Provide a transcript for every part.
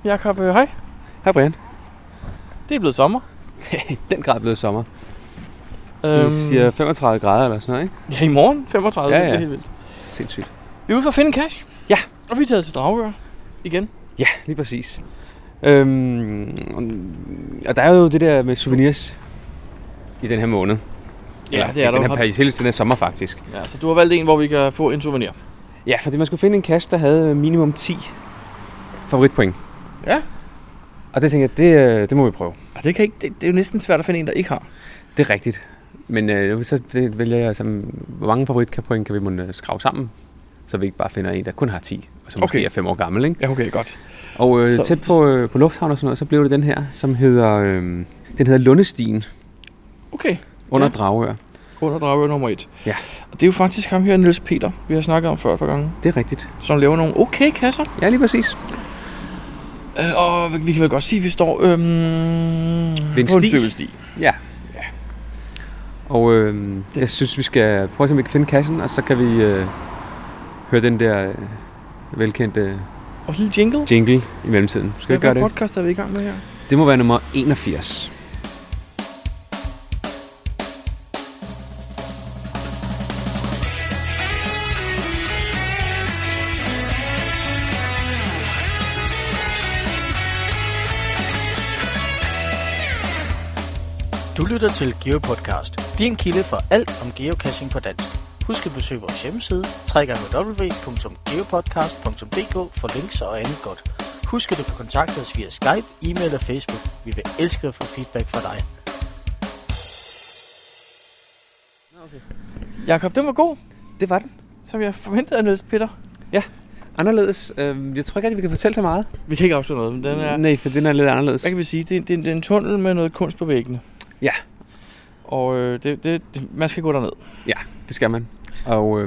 Jakob, hej. Hej Brian. Det er blevet sommer. Det er i den grad blevet sommer. Det siger 35 grader eller sådan noget, ikke? Ja, i morgen 35, ja. Det er helt vildt. Sindssygt. Vi er ude for at finde en cash. Ja. Og vi er taget til Dragør igen. Ja, lige præcis. Og der er jo det der med souvenirs i den her måned. Ja, det er der. Den her periode, hele den her sommer faktisk. Ja, så du har valgt en, hvor vi kan få en souvenir. Ja, fordi man skulle finde en cash, der havde minimum 10 favoritpoint. Ja. Og det tænker jeg, det må vi prøve. Og det er jo næsten svært at finde en, der ikke har. Det er rigtigt. Men så vælger jeg, hvor mange favoritpoint kan vi skrave sammen, så vi ikke bare finder en, der kun har 10, og som måske er 5 år gammel, ikke? Ja, okay, godt. Og tæt på lufthavn og sådan noget, så blev det den her, som hedder, den hedder Lundestien. Okay. Under Dragør. Under Dragør nummer 1. Ja. Og det er jo faktisk ham her, Niels Peter, vi har snakket om før et par gange. Det er rigtigt. Som laver nogle okay kasser. Ja, lige præcis. Og vi kan vel godt sige, at vi står på en cykelsti. Ja. Og jeg synes, vi skal prøve at se, om vi kan finde kassen, og så kan vi høre den der velkendte og lille jingle i mellemtiden. Skal vi gøre det? Hvad podcast er vi i gang med her? Det må være nummer 81. Du lytter til GeoPodcast, din kilde for alt om geocaching på dansk. Husk at besøge vores hjemmeside, www.geopodcast.dk for links og andet godt. Husk at du kan kontakte os via Skype, e-mail og Facebook. Vi vil elske at få feedback fra dig. Okay. Jakob, den var god. Det var den. Som jeg forventede af Niels Peter. Ja, anderledes. Jeg tror ikke, at vi kan fortælle så meget. Vi kan ikke afsløre noget, men den er... Nej, for den er lidt anderledes. Hvad kan vi sige? Det er en tunnel med noget kunst på væggene. Ja. Og man skal gå derned. Ja, det skal man. Og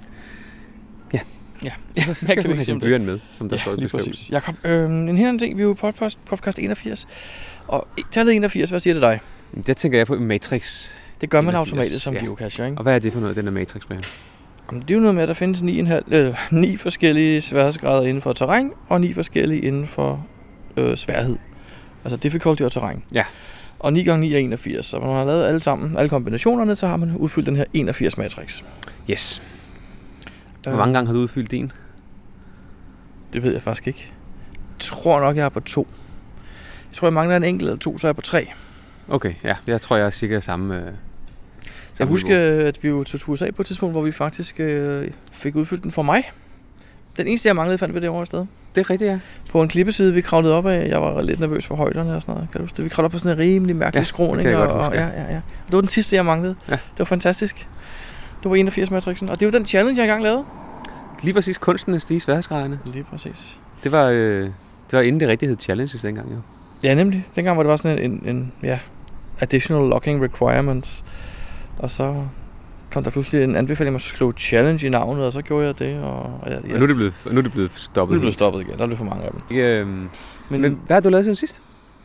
ja, så skal man have sin blyant med, som der står i beskrivelsen. Jakob, en helt anden ting, vi er jo podcast 81. Og tallet 81, hvad siger det dig? Det tænker jeg på Matrix. Det gør man automatisk som geocacher, ikke? Og hvad er det for noget, den der Matrix med? Det er jo noget med, at der findes 9 forskellige sværhedsgrader inden for terræn, og 9 forskellige inden for sværhed. Altså difficulty og terræn. Ja. Og 9 gange 9 er 81, så når man har lavet alle kombinationerne, så har man udfyldt den her 81 matrix. Yes. Hvor mange gange har du udfyldt din? Det ved jeg faktisk ikke. Jeg tror nok, jeg er på 2. Jeg tror, jeg mangler en enkelt eller 2, så er jeg på 3. Okay, ja. Jeg tror, jeg er cirka samme jeg husker, at vi jo tog til USA på et tidspunkt, hvor vi faktisk fik udfyldt den for mig. Den eneste, jeg manglede, fandt vi det over et sted. Det er rigtigt, ja. På en klippeside, vi kravlede op af. Jeg var lidt nervøs for højderne og sådan noget. Kan du huske det? Vi kravlede op på sådan en rimelig mærkelig skråning. Ja, det var den sidste, jeg manglede. Ja. Det var fantastisk. Det var 81-matrixen. Og det er jo den challenge, jeg engang lavede. Lige præcis kunsten at stige sværhedsgraderne. Lige præcis. Det var inden det rigtig hed challenges dengang, jo. Ja, nemlig. Dengang var det bare sådan en additional locking requirements. Og så kom der pludselig en anbefaling, at man skulle skrive challenge i navnet, og så gjorde jeg det. Og nu er det blevet stoppet. Nu er det blevet stoppet igen. Der er lidt for mange af dem. Men hvad har du lavet siden sidst?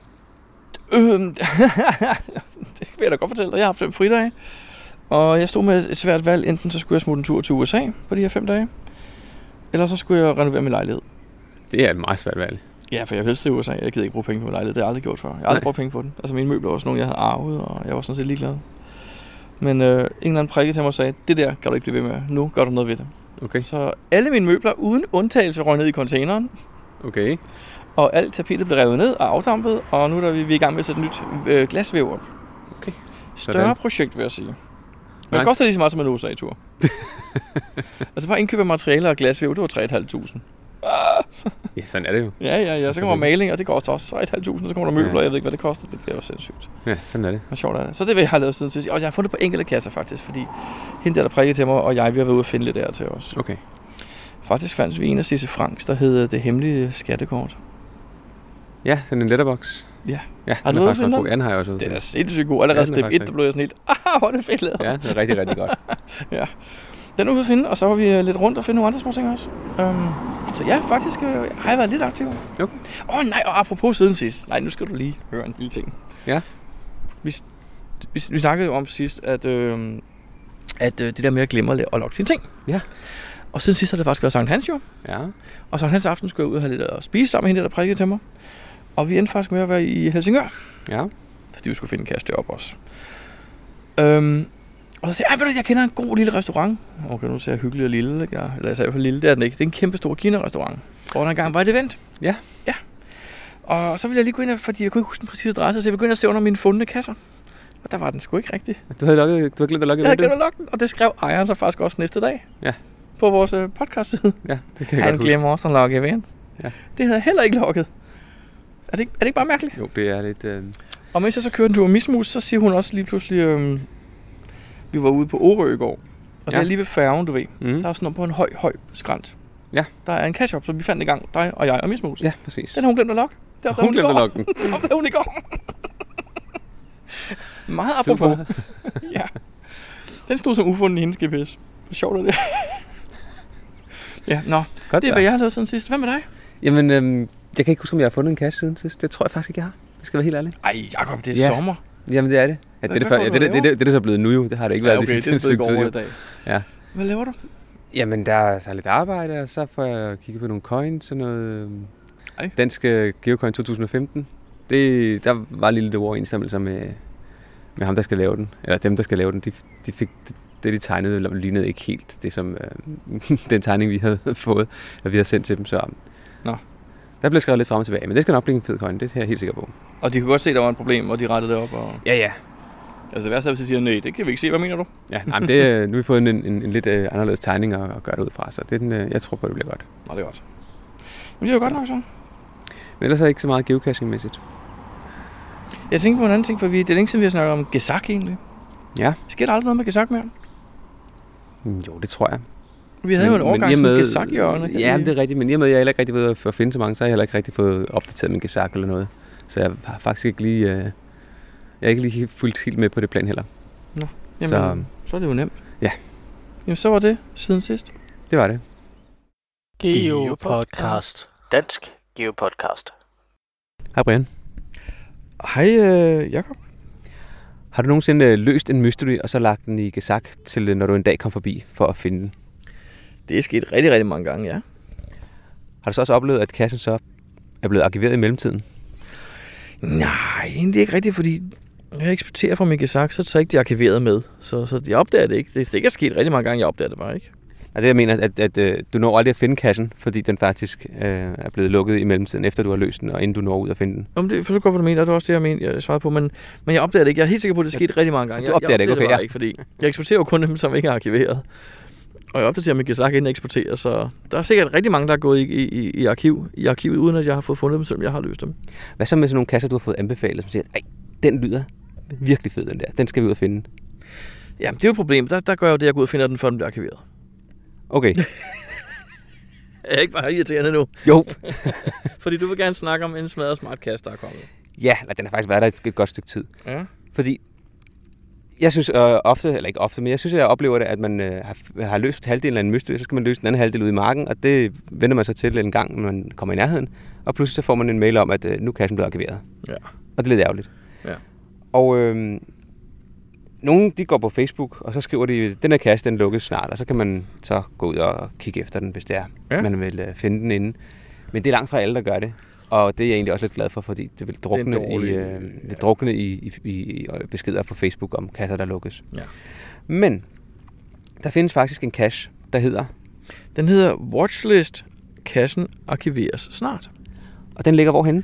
Det vil jeg da godt fortælle dig. Jeg har haft 5 fridage. Og jeg stod med et svært valg. Enten så skulle jeg smutte en tur til USA på de her 5 dage. Eller så skulle jeg renovere min lejlighed. Det er et meget svært valg. Ja, for jeg vil til USA. Jeg gider ikke bruge penge på min lejlighed. Det har jeg aldrig gjort før. Jeg har aldrig brugt penge på den. Altså mine møbler var sådan nogle, jeg havde arvet, og jeg var sådan set ligeglad. Men en eller anden prikke til mig og sagde, det der kan du ikke blive ved med. Nu gør du noget ved det. Okay. Så alle mine møbler uden undtagelse røg ned i containeren. Okay. Og alt tapetet blev revet ned og afdampet, og nu er vi i gang med at sætte nyt glasvæv op. Okay. Større projekt, vil jeg sige. Men det koster lige så meget som en USA-tur. Altså bare indkøb af materialer og glasvæv, det var 3.500. Ja, sådan er det jo. Ja. Så kommer maling, og det koster også 3.500. Så kommer der møbler, jeg ved ikke, hvad det koster. Det bliver jo sindssygt. Ja, sådan er det. Hvor sjovt er det. Så det vil jeg have lavet siden til. Og jeg har fundet på enkelte kasser faktisk, fordi hende der prikkede til mig, og vi har været ude at finde lidt der til os. Okay. Faktisk fandt vi en af Cisse Franks, der hedder Det Hemmelige Skattekort. Ja, sådan en letterbox. Ja. Ja, den er faktisk god. Den har jeg også ude. Den er sindssygt god. Allerede step 1, der blev jeg sådan helt, hvor er det fedt lavet. Ja, det er rigtig, rigtig godt. Ja. Den er ude at finde, og så var vi lidt rundt og finde nogle andre små ting også. Så ja, faktisk har jeg været lidt aktiv. Okay. Nej, og apropos siden sidst. Nej, nu skal du lige høre en lille ting. Ja. Vi snakkede jo om sidst, at det der med at glemme at logge sine ting. Ja. Og siden sidst har det faktisk været Sankt Hans jo. Ja. Og Sankt Hans aften skulle jeg ud og have lidt at spise sammen med hende, der prikkede til mig. Og vi endte faktisk med at være i Helsingør. Ja. Fordi vi skulle finde en kasse deroppe også. Og så siger jeg, jeg kender en god lille restaurant. Okay, nu ser jeg hyggelig og lille. Ikke? Eller jeg sagde i hvert fald lille, det er den ikke. Det er en kæmpe stor Kina-restaurant. Hvor der engang var et event. Ja. Ja. Og så ville jeg lige gå ind, fordi jeg kunne ikke huske den præcise adresse, så jeg begyndte at se under mine fundne kasser. Og der var den sgu ikke rigtig. Du havde glemt at logge Jeg havde glemt at logge den, og det skrev ejeren så faktisk også næste dag. Ja. På vores podcast-side. Ja, det kan jeg Han godt huske. glemmer også at logge event. Ja. Det havde jeg heller ikke logget. Er det ikke bare mærkeligt? Jo, det er lidt... Og mens jeg så kørte en tur med Mismus, så siger hun også lige pludselig, vi var ude på Orø i går. Og det er lige ved færgen, du ved. Der er sådan noget på en høj skrant. Ja. Der er en cash-up, så vi fandt i gang, dig og jeg og Mismus. Ja, præcis. Den har hun glemt at logge. Hun glemte at logge den. Det opdagede hun i går. Meget apropos. Ja. Den stod som ufunden i hendes GPS. Hvor sjovt er det. Ja, nå. Godt, det er, hvad jeg har lavet siden sidst. Hvad med dig? Jamen, jeg kan ikke huske, om jeg har fundet en cash siden sidst. Det tror jeg faktisk ikke, jeg har. Jeg skal være helt ærlig. Ej, Jacob, det er sommer. Jamen, det er det. Ja, det er så blevet nu jo. Det har det ikke været det sidste stykke tid. I dag. Ja. Hvad laver du? Jamen, der er så lidt arbejde, og så får jeg kigget på nogle coins, sådan noget dansk Geocoin 2015. Der var lige lidt overensstemmelser med ham, der skal lave den. Eller dem, der skal lave den. De fik det, de tegnede, lignede ikke helt det, som den tegning, vi havde fået, og vi havde sendt til dem. Så der blev skrevet lidt frem og tilbage, men det skal nok blive en fed coin, det er jeg helt sikker på. Og de kunne godt se, at der var et problem, og de rettede det op? Og... Ja. Altså det værste er, hvis de siger, nej, det kan vi ikke se. Hvad mener du? Ja, nej, men nu har vi fået en lidt anderledes tegning at gøre det ud fra, så jeg tror på, at det bliver godt. Nå, det er godt. Men det er jo godt nok så. Men ellers er det ikke så meget geocaching-mæssigt. Jeg tænkte på en anden ting, for det er længe siden, vi har snakket om Gesak egentlig. Ja. Sker der aldrig noget med Gesak mere? Jo, det tror jeg. Vi havde jo en overgang som Gesak-hjørne. Ja, det er rigtigt, men i og med, at jeg heller ikke rigtig ved at finde så mange, så har jeg heller ikke rigtig fået opdateret min Gesak eller noget. Så jeg har faktisk ikke lige... jeg er ikke lige fuldt helt med på det plan heller. Nå, jamen, så er det jo nemt. Ja. Jamen, så var det siden sidst. Det var det. Geopodcast. Dansk Geopodcast. Hej Brian. Hej Jakob. Har du nogensinde løst en mystery, og så lagt den i Gesak, til når du en dag kom forbi for at finde den? Det er sket rigtig, rigtig mange gange, ja. Har du så også oplevet, at kassen så er blevet arkiveret i mellemtiden? Nej, egentlig ikke rigtigt, fordi når jeg eksporterer fra min Gesak, så er ikke de arkiveret med. Så jeg opdager det ikke. Det er sikkert sket rigtig mange gange, jeg opdager det bare ikke. Og det jeg mener, at du når aldrig at finde kassen, fordi den faktisk er blevet lukket i mellemtiden, efter du har løst den, og inden du når ud at finde den. Jamen, det forstår godt, hvad du mener. Det er også det, jeg mener, jeg svarede på. Men jeg opdager det ikke. Jeg er helt sikker på, at det skete rigtig mange gange. Du opdager det ikke, okay, det ikke, fordi jeg eksporterer jo kun dem, som ikke er arkiveret. Og jeg opdaterer min Gesak, inden jeg eksporterer, så der er sikkert rigtig mange, der er gået i arkivet, uden at jeg har fået fundet dem, selvom jeg har løst dem. Hvad så med sådan nogle kasser, du har fået anbefalet, som siger, ej, den lyder virkelig fed, den der. Den skal vi ud og finde. Jamen, det er jo et problem. Der gør jeg jo det, jeg går ud og finder den, før den bliver arkiveret. Okay. Er jeg ikke bare irriterende nu? Jo. Fordi du vil gerne snakke om en smadret smart kasse, der er kommet. Ja, den har faktisk været der et godt stykke tid. Ja. Fordi jeg synes ofte, eller ikke ofte, men jeg synes, at jeg oplever det, at man har løst halvdelen af en mystery, så skal man løse den anden halvdel ud i marken, og det vender man sig til en gang, når man kommer i nærheden, og pludselig så får man en mail om, at nu er kassen blevet arkiveret. Ja. Og det er lidt ærgerligt. Ja. Og nogle, de går på Facebook, og så skriver de, den her kasse, den lukkes snart, og så kan man så gå ud og kigge efter den, hvis det er, man vil finde den inden. Men det er langt fra alle, der gør det. Og det er jeg egentlig også lidt glad for, fordi det vil drukne i beskeder på Facebook om kasser, der lukkes. Ja. Men der findes faktisk en cache, der hedder... Den hedder Watchlist. Kassen arkiveres snart. Og den ligger hvorhenne?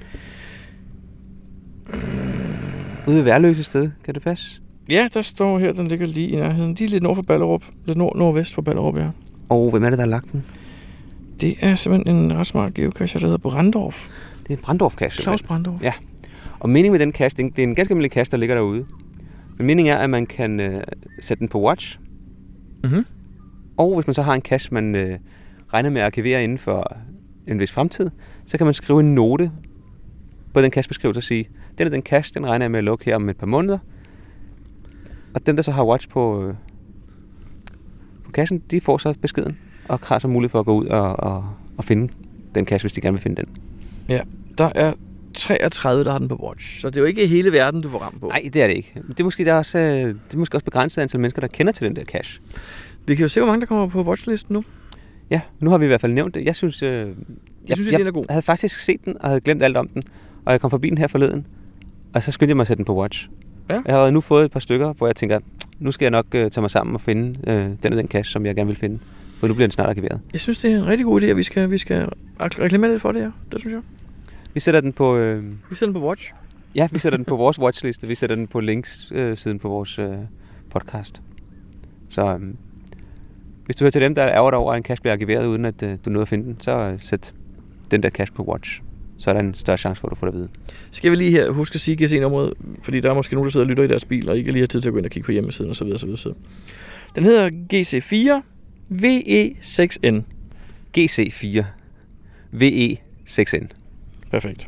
Ude ved Værløse sted, kan det passe? Ja, der står her, den ligger lige i nærheden. De er lidt nord for Ballerup. Lidt nordvest for Ballerup, ja. Og hvem er det, der har lagt den? Det er simpelthen en ret smart geocache, der hedder Brandorf. Det er en Brandorf-cache. Claus Brandorf. Ja. Og meningen med den cache, det er en ganske almindelig cache, der ligger derude. Men meningen er, at man kan sætte den på watch. Mm-hmm. Og hvis man så har en cache, man regner med at arkivere inden for en vis fremtid, så kan man skrive en note på den cachebeskrivelse og sige, den cache, den regner jeg med at lukke her om et par måneder. Og dem, der så har watch på cachen, de får så beskeden og har så mulighed for at gå ud og finde den cache, hvis de gerne vil finde den. Ja, der er 33, der har den på watch. Så det er jo ikke hele verden, du får ramt på. Nej, det er det ikke. Det er måske også begrænset antal mennesker, der kender til den der cache. Vi kan jo se, hvor mange der kommer på watchlisten nu. Ja, nu har vi i hvert fald nævnt det. Jeg synes, den er god. Jeg havde faktisk set den, og havde glemt alt om den. Og jeg kom forbi den her forleden, og så skyndte jeg mig at sætte den på Watch. Ja. Jeg har nu fået et par stykker, hvor jeg tænker, nu skal jeg nok tage mig sammen og finde den cache, som jeg gerne vil finde. For nu bliver den snart arkiveret. Jeg synes, det er en rigtig god idé, at vi skal reklamere lidt for det her. Det synes jeg. Vi sætter den på... Vi sætter den på Watch. Ja, vi sætter den på vores watchliste. Vi sætter den på links-siden på vores podcast. Så hvis du hører til dem, der er ærger over, at en cache bliver arkiveret, uden at du nåede at finde den, så sæt den der cache på Watch. Så er der en større chance for, at du får det at vide. Skal vi lige her huske at sige GC-nummeret, fordi der er måske nogen, der sidder og lytter i deres bil, og ikke lige har tid til at gå ind og kigge på hjemmesiden osv. osv. Den hedder GC4 VE6N. GC4 VE6N. Perfekt.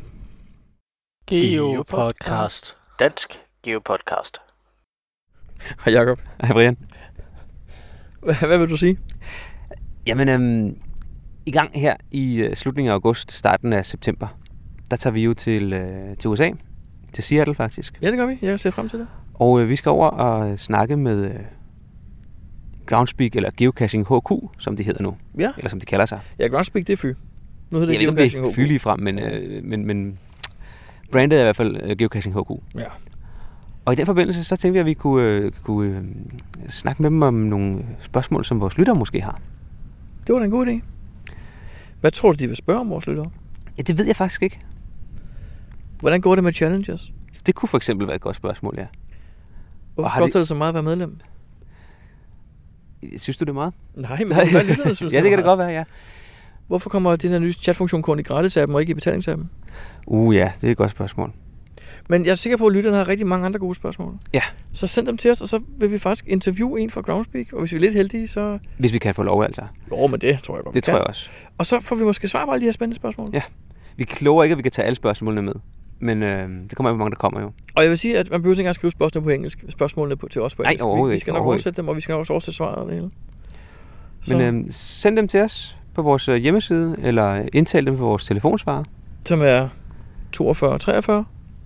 Geopodcast. Dansk Geopodcast. Hej Jacob. Hej Brian. Hvad vil du sige? Jamen, i gang her i slutningen af august, starten af september, der tager vi jo til USA, til Seattle faktisk. Ja, det gør vi. Jeg ser frem til det. Og vi skal over og snakke med Groundspeak, eller Geocaching HQ, som det hedder nu. Ja. Eller som de kalder sig. Ja, Groundspeak, det er Fy. Nu hedder det Geocaching HQ. Jeg ved ikke, om det er Fy lige frem, men brandet er i hvert fald Geocaching HQ. Ja. Og i den forbindelse, så tænkte vi, at vi kunne snakke med dem om nogle spørgsmål, som vores lyttere måske har. Det var da en god idé. Hvad tror du, de vil spørge om vores lyttere? Ja, det ved jeg faktisk ikke. Hvordan går det med challenges? Det kunne for eksempel være et godt spørgsmål, ja. Hvorfor koster det så meget at være medlem? Synes du det er meget? Nej, men hvad lytterne synes ja, det kan det godt være, ja. Hvorfor kommer den her nye chatfunktion kun i gratis-appen og ikke i betalingsappen? Ja, det er et godt spørgsmål. Men jeg er sikker på, at lytterne har rigtig mange andre gode spørgsmål. Ja. Så send dem til os, og så vil vi faktisk interviewe en fra Groundspeak. Og hvis vi er lidt heldige, så... Hvis vi kan få lov, altså. Jo, men det tror jeg godt, det tror jeg også. Og så får vi måske svar på alle de her spændende spørgsmål. Ja. Vi kloger ikke, at vi kan tage alle spørgsmålene med. Men det kommer af, hvor mange der kommer jo. Og jeg vil sige, at man behøver ikke engang skrive spørgsmål på engelsk. Spørgsmålene til os på engelsk. Nej, overhovedet vi skal nok oversætte dem, og vi skal nok også oversætte svaret og det hele. Men send dem til os på vores hjemmeside, eller indtal dem på vores telefonsvarer. Som er 42 43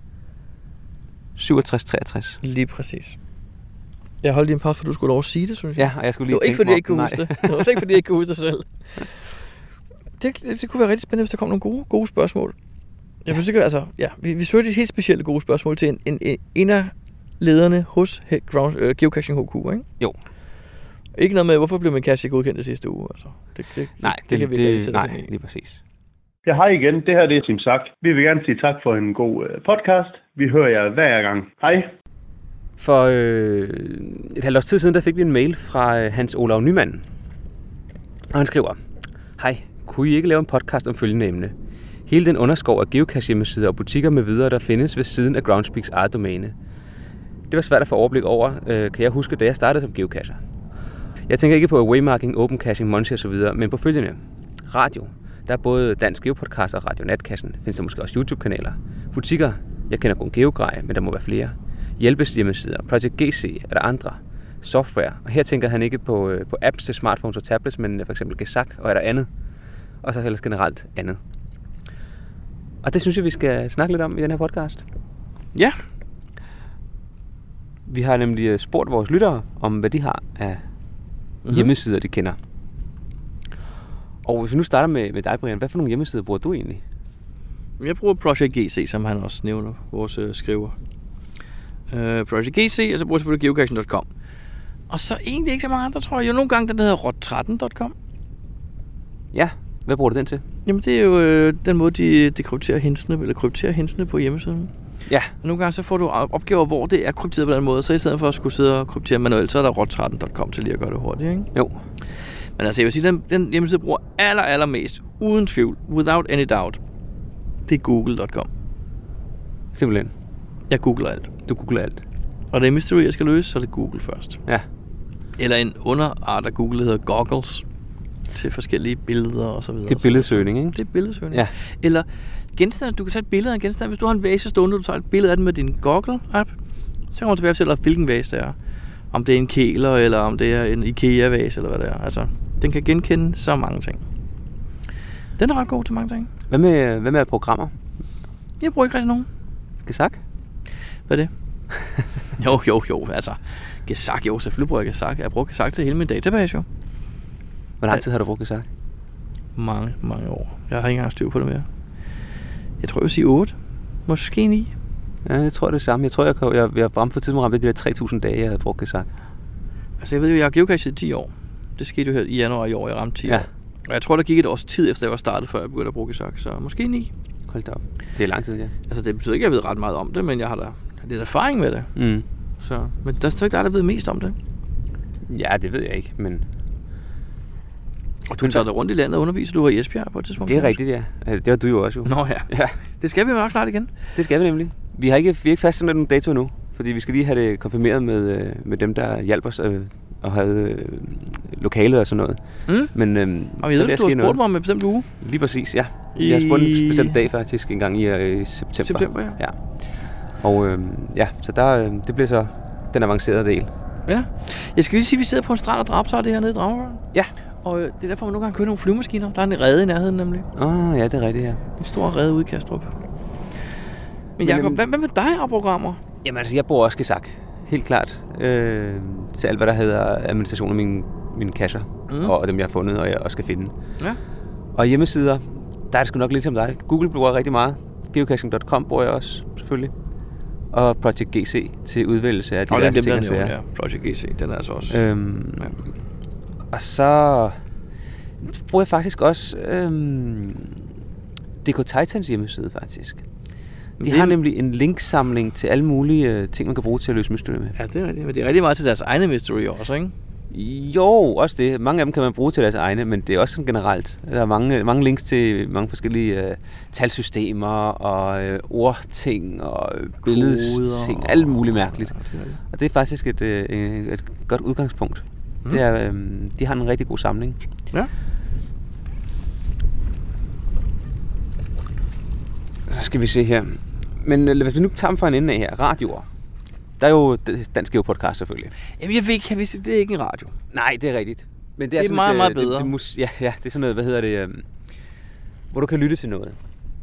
67 63. Lige præcis. Jeg holdt lige en pause, for du skulle lov at sige det, synes jeg. Ja, og jeg skulle lige tænke mig. Det var ikke, fordi jeg ikke kunne huske det. Det var ikke, fordi jeg ikke kunne huske det selv. Det kunne være rigtig spændende, hvis der kom nogle gode spørgsmål. Jeg synes ikke, altså, ja, vi søgte et helt specielt gode spørgsmål til en af lederne hos Geocaching HQ, ikke? Jo. Ikke noget med, hvorfor blev min cache godkendt det sidste uge, altså. Det kan vi ikke sætte os ind i. Lige præcis. Ja, hej igen. Det her det er Tim Sack. Vi vil gerne sige tak for en god podcast. Vi hører jer hver gang. Hej. For et halvt års tid siden, der fik vi en mail fra Hans Olav Nyman. Og han skriver: Hej, kunne I ikke lave en podcast om følgende emne? Hele den underskov af geocache-hjemmesider og butikker med videre, der findes ved siden af Groundspeaks eget domæne. Det var svært at få overblik over, kan jeg huske, da jeg startede som geocacher. Jeg tænker ikke på waymarking, open caching, Monty osv., men på følgende: radio. Der er både Dansk Geopodcast og Radio Natcachen. Findes der måske også YouTube-kanaler. Butikker. Jeg kender kun Geogrej, men der må være flere. Hjælpeshjemmesider. Project GC. Er der andre? Software. Og her tænker han ikke på apps til smartphones og tablets, men for eksempel Gesak. Og er der andet? Og så ellers generelt andet. Og det synes jeg, vi skal snakke lidt om i den her podcast. Ja. Vi har nemlig spurgt vores lyttere om, hvad de har af hjemmesider, de kender. Og hvis vi nu starter med dig, Brian, hvad for nogle hjemmesider bruger du egentlig? Jeg bruger Project GC, som han også nævner, vores skriver. Project GC, og så bruger jeg selvfølgelig geocaching.com. Og så egentlig ikke så mange andre, tror jeg. Jo, nogle gange den hedder rot13.com. Ja, hvad bruger du den til? Jamen, det er jo den måde, de krypterer hensene på hjemmesiden. Ja. Og nogle gange så får du opgaver, hvor det er krypteret på den måde, så i stedet for at skulle sidde og kryptere manuelt, så er der rot13.com til lige at gøre det hurtigt, ikke? Jo. Men altså, jeg vil sige, den hjemmeside bruger allermest, uden tvivl, without any doubt, det er google.com. Simpelthen. Jeg googler alt. Du googler alt. Og det er mystery, jeg skal løse, så er det Google først. Ja. Eller en underart af Google, der hedder Goggles, til forskellige billeder og så videre. Det er billedsøgning, ikke? Det er billedsøgning. Ja. Eller genstande, du kan tage et billede af en genstand. Hvis du har en vase stående, og du tager et billede af den med din Goggle-app, så kommer du tilbage og fortæller, hvilken vase det er. Om det er en kæler, eller om det er en IKEA-vase, eller hvad det er. Altså, den kan genkende så mange ting. Den er ret god til mange ting. Hvad med programmer? Jeg bruger ikke rigtig nogen. Gesak? Hvad er det? jo, altså. Gesak, jo, selvfølgelig bruger jeg Gesak. Jeg bruger Gesak til hele min database, jo. Hvor lang tid har du brugt Gesak? mange, mange år. Jeg har ikke engang styr på det mere. Jeg tror, jeg vil sige 8. Måske 9. Ja, jeg tror det er det samme. Jeg tror, jeg ramte på et tidspunkt ramte de der 3.000 dage, jeg havde brugt Gesak. Altså, jeg ved jo, jeg har geocachet i 10 år. Det skete jo her i januar i år, jeg ramte 10 år. Og jeg tror, der gik et års tid efter, jeg var startet, før jeg begyndte at bruge Gesak. Så måske 9. Hold da op. Det er lang tid, ja. Altså, det betyder ikke, at jeg ved ret meget om det, men jeg har da lidt erfaring med det. Mm. Så, men der er så ikke dig, der ved mest om det. Ja, det ved jeg ikke, men... Og du tager dig rundt i landet og underviser, du var i Esbjerg på et tidspunkt. Det er rigtigt, ja. Det var du jo også jo. Nå ja. Det skal vi nok snart igen. Det skal vi nemlig. Vi har ikke fastsat nogen dato nu, fordi vi skal lige have det konfirmeret med dem, der hjalp os og havde lokalet og sådan noget. Mm. Men og jeg ved, du har spurgt mig om en bestemt uge. Lige præcis, ja. Jeg har spurgt en bestemt dag faktisk en gang i september. September, ja. Og så det bliver så den avancerede del. Ja. Jeg skal lige sige, at vi sidder på en strand og Drabsøj det her nede i Dragør. Ja. Og det er derfor, man nogle gange kører nogle flyvemaskiner. Der er en rede i nærheden nemlig. Ja, det er rigtigt, ja. En stor rede ude i Kastrup. Men Jacob, hvad med dig og programmer? Jamen altså, jeg bruger også Gesak. Helt klart. Til alt, hvad der hedder administration af mine kasser. Og dem, jeg har fundet, og jeg også skal finde. Ja. Og hjemmesider, der er det sgu nok lidt som dig. Google bruger jeg rigtig meget. Geocaching.com bruger jeg også, selvfølgelig. Og Project GC til udvælgelse af diverse ting og sager. Ja, Project GC, den er altså også... Og så bruger jeg faktisk også DK Titans hjemmeside, faktisk. De har nemlig en linksamling til alle mulige ting, man kan bruge til at løse mysterier med. Ja, det er rigtigt. Men det er rigtig meget til deres egne mystery også, ikke? Jo, også det. Mange af dem kan man bruge til deres egne, men det er også sådan generelt. Der er mange links til mange forskellige talsystemer og ordting og billedsting. Alt muligt mærkeligt. Og det er faktisk et godt udgangspunkt. Det er, de har en rigtig god samling. Ja. Så skal vi se her. Men hvis vi nu tager dem fra en ende af her. Radioer. Der er jo Dansk Geo Podcast selvfølgelig. Jamen jeg ved ikke, det er ikke en radio. Nej, det er rigtigt. Men det er meget, meget bedre. Det er sådan noget, hvad hedder det, hvor du kan lytte til noget.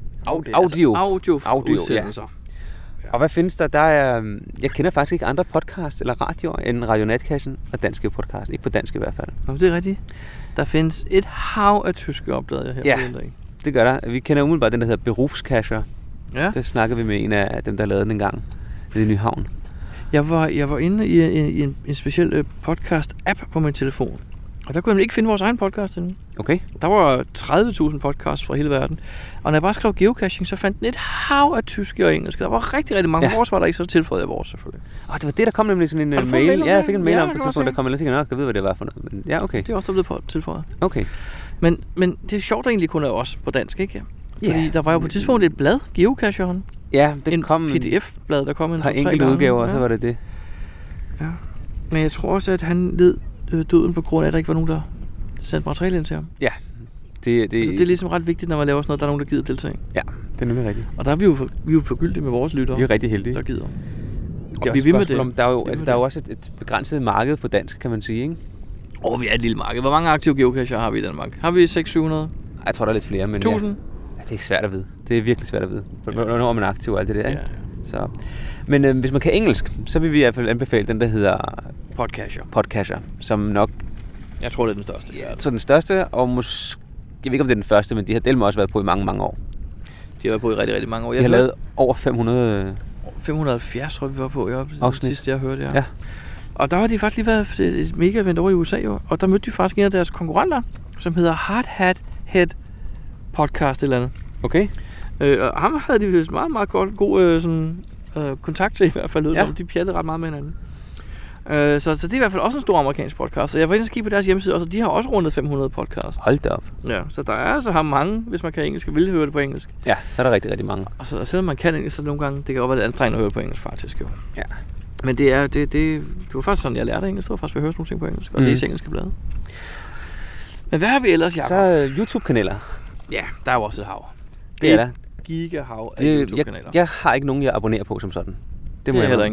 Audio-udsendelser. Ja. Og hvad findes der? Jeg kender faktisk ikke andre podcasts eller radioer end Radio Natkassen og Dansk Geo Podcast. Ikke på dansk i hvert fald. Jamen, det er rigtigt. Der findes et hav af tyske opdagede her på den dag. Det gør der. Vi kender umiddelbart den, der hedder Berufskascher. Ja. Der snakker vi med en af dem, der lavede den engang i Nyhavn. Jeg var inde i en speciel podcast-app på min telefon. Og der kunne jeg ikke finde vores egen podcast inde. Okay. Der var 30.000 podcasts fra hele verden. Og når jeg bare skrev geocaching, så fandt den et hav af tyske og engelske. Der var rigtig, rigtig mange. Vores var der ikke, så tilføjede jeg vores selvfølgelig. Det var det, der kom nemlig sådan en mail. Ja, jeg fik en mail om på et tidspunkt, der kom en lille. Jeg skal vide, hvad det var for noget. Men ja, okay. Det er også der blevet tilføjet. Okay. Men det er sjovt, der egentlig kun er også på dansk, ikke? Fordi der var jo på et tidspunkt et blad, Geocacheren. Ja, det kom en PDF-blad, der kom en par enkelte udgaver, og så var det. Ja. Men jeg tror også, at han led døden på grund af, at der ikke var nogen, der sendte materiale ind til ham. Ja. Det er ligesom ret vigtigt, når man laver sådan noget, der er nogen, der gider deltage. Ja, det er nemlig rigtigt. Og der er vi jo forgyldte med vores lyttere. Vi er rigtig heldige. Der gider. Og vi er med det. Der er jo også et begrænset marked på dansk, kan man sige, ikke? Vi er et lille marked. Hvor mange aktive geocacher har vi i Danmark? Har vi 600-700? Jeg tror, der er lidt flere, men 1000? Ja, det er svært at vide. Det er virkelig svært at vide. Hvornår er man aktiv og alt det der, ikke? Ja. Så. Men hvis man kan engelsk, så vil vi i hvert fald anbefale den, der hedder Podcatcher, som nok... Jeg tror, det er den største. Ja, så den største, og måske... Jeg ved ikke, om det er den første, men de har delvis også været på i mange, mange år. De har været på i rigtig, rigtig mange år. De har lavet over 500... 570, tror jeg, vi var på. Det sidste, jeg hørte, ja. Og der har de faktisk lige været til et mega-event over i USA, jo. Og der mødte de faktisk en af deres konkurrenter, som hedder Hard Hat Head Podcast eller andet. Okay. Og ham havde de meget, meget god kontakt til i hvert fald. Ja. De pjattede ret meget med hinanden. Så det er i hvert fald også en stor amerikansk podcast. Så jeg var inde og kigge på deres hjemmeside, og de har også rundet 500 podcasts. Hold da op. Ja, så der er altså mange, hvis man kan engelsk og vil høre det på engelsk. Ja, så er der rigtig, rigtig mange. Og så selvom man kan engelsk, så nogle gange, det kan godt være lidt anstrengende at høre på engelsk faktisk jo. Ja. Men det var faktisk sådan, jeg lærte engelsk. Det var faktisk ved at høre sådan nogle ting på engelsk, og læse engelske blade. Men hvad har vi ellers, Jacob? Så YouTube-kanaler. Ja, der er jo også et hav. Det er der. Gigahav af YouTube-kanaler. Jeg har ikke nogen, jeg abonnerer på som sådan. Det må jeg heller ikke.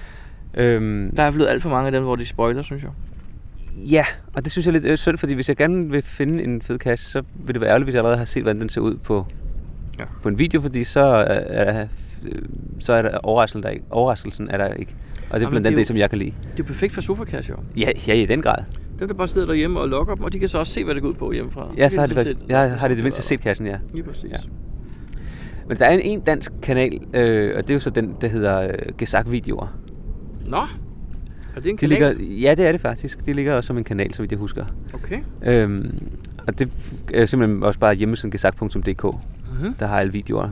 Der er blevet alt for mange af dem, hvor de spoiler, synes jeg. Ja, og det synes jeg er lidt synd, fordi hvis jeg gerne vil finde en fed cache, så vil det være ærgerligt, hvis jeg allerede har set, hvordan den ser ud på en video, fordi så er der overraskelsen er der ikke. Og det er blandt andet det, som jeg kan lide. Det er perfekt for sofa-cache, jo. Ja, i den grad. Dem, der bare sidder derhjemme og logger dem, og de kan så også se, hvad det går ud på hjemmefra. Ja, så har jeg har det mindste set kassen, ja. Lige præcis. Ja. Men der er en dansk kanal, og det er jo så den, der hedder Gesak-videoer. Nå, er det en kanal? Ja, det er det faktisk. Det ligger også som en kanal, så vidt jeg husker. Okay. Og det er simpelthen også bare hjemmesiden gesak.dk, der har alle videoer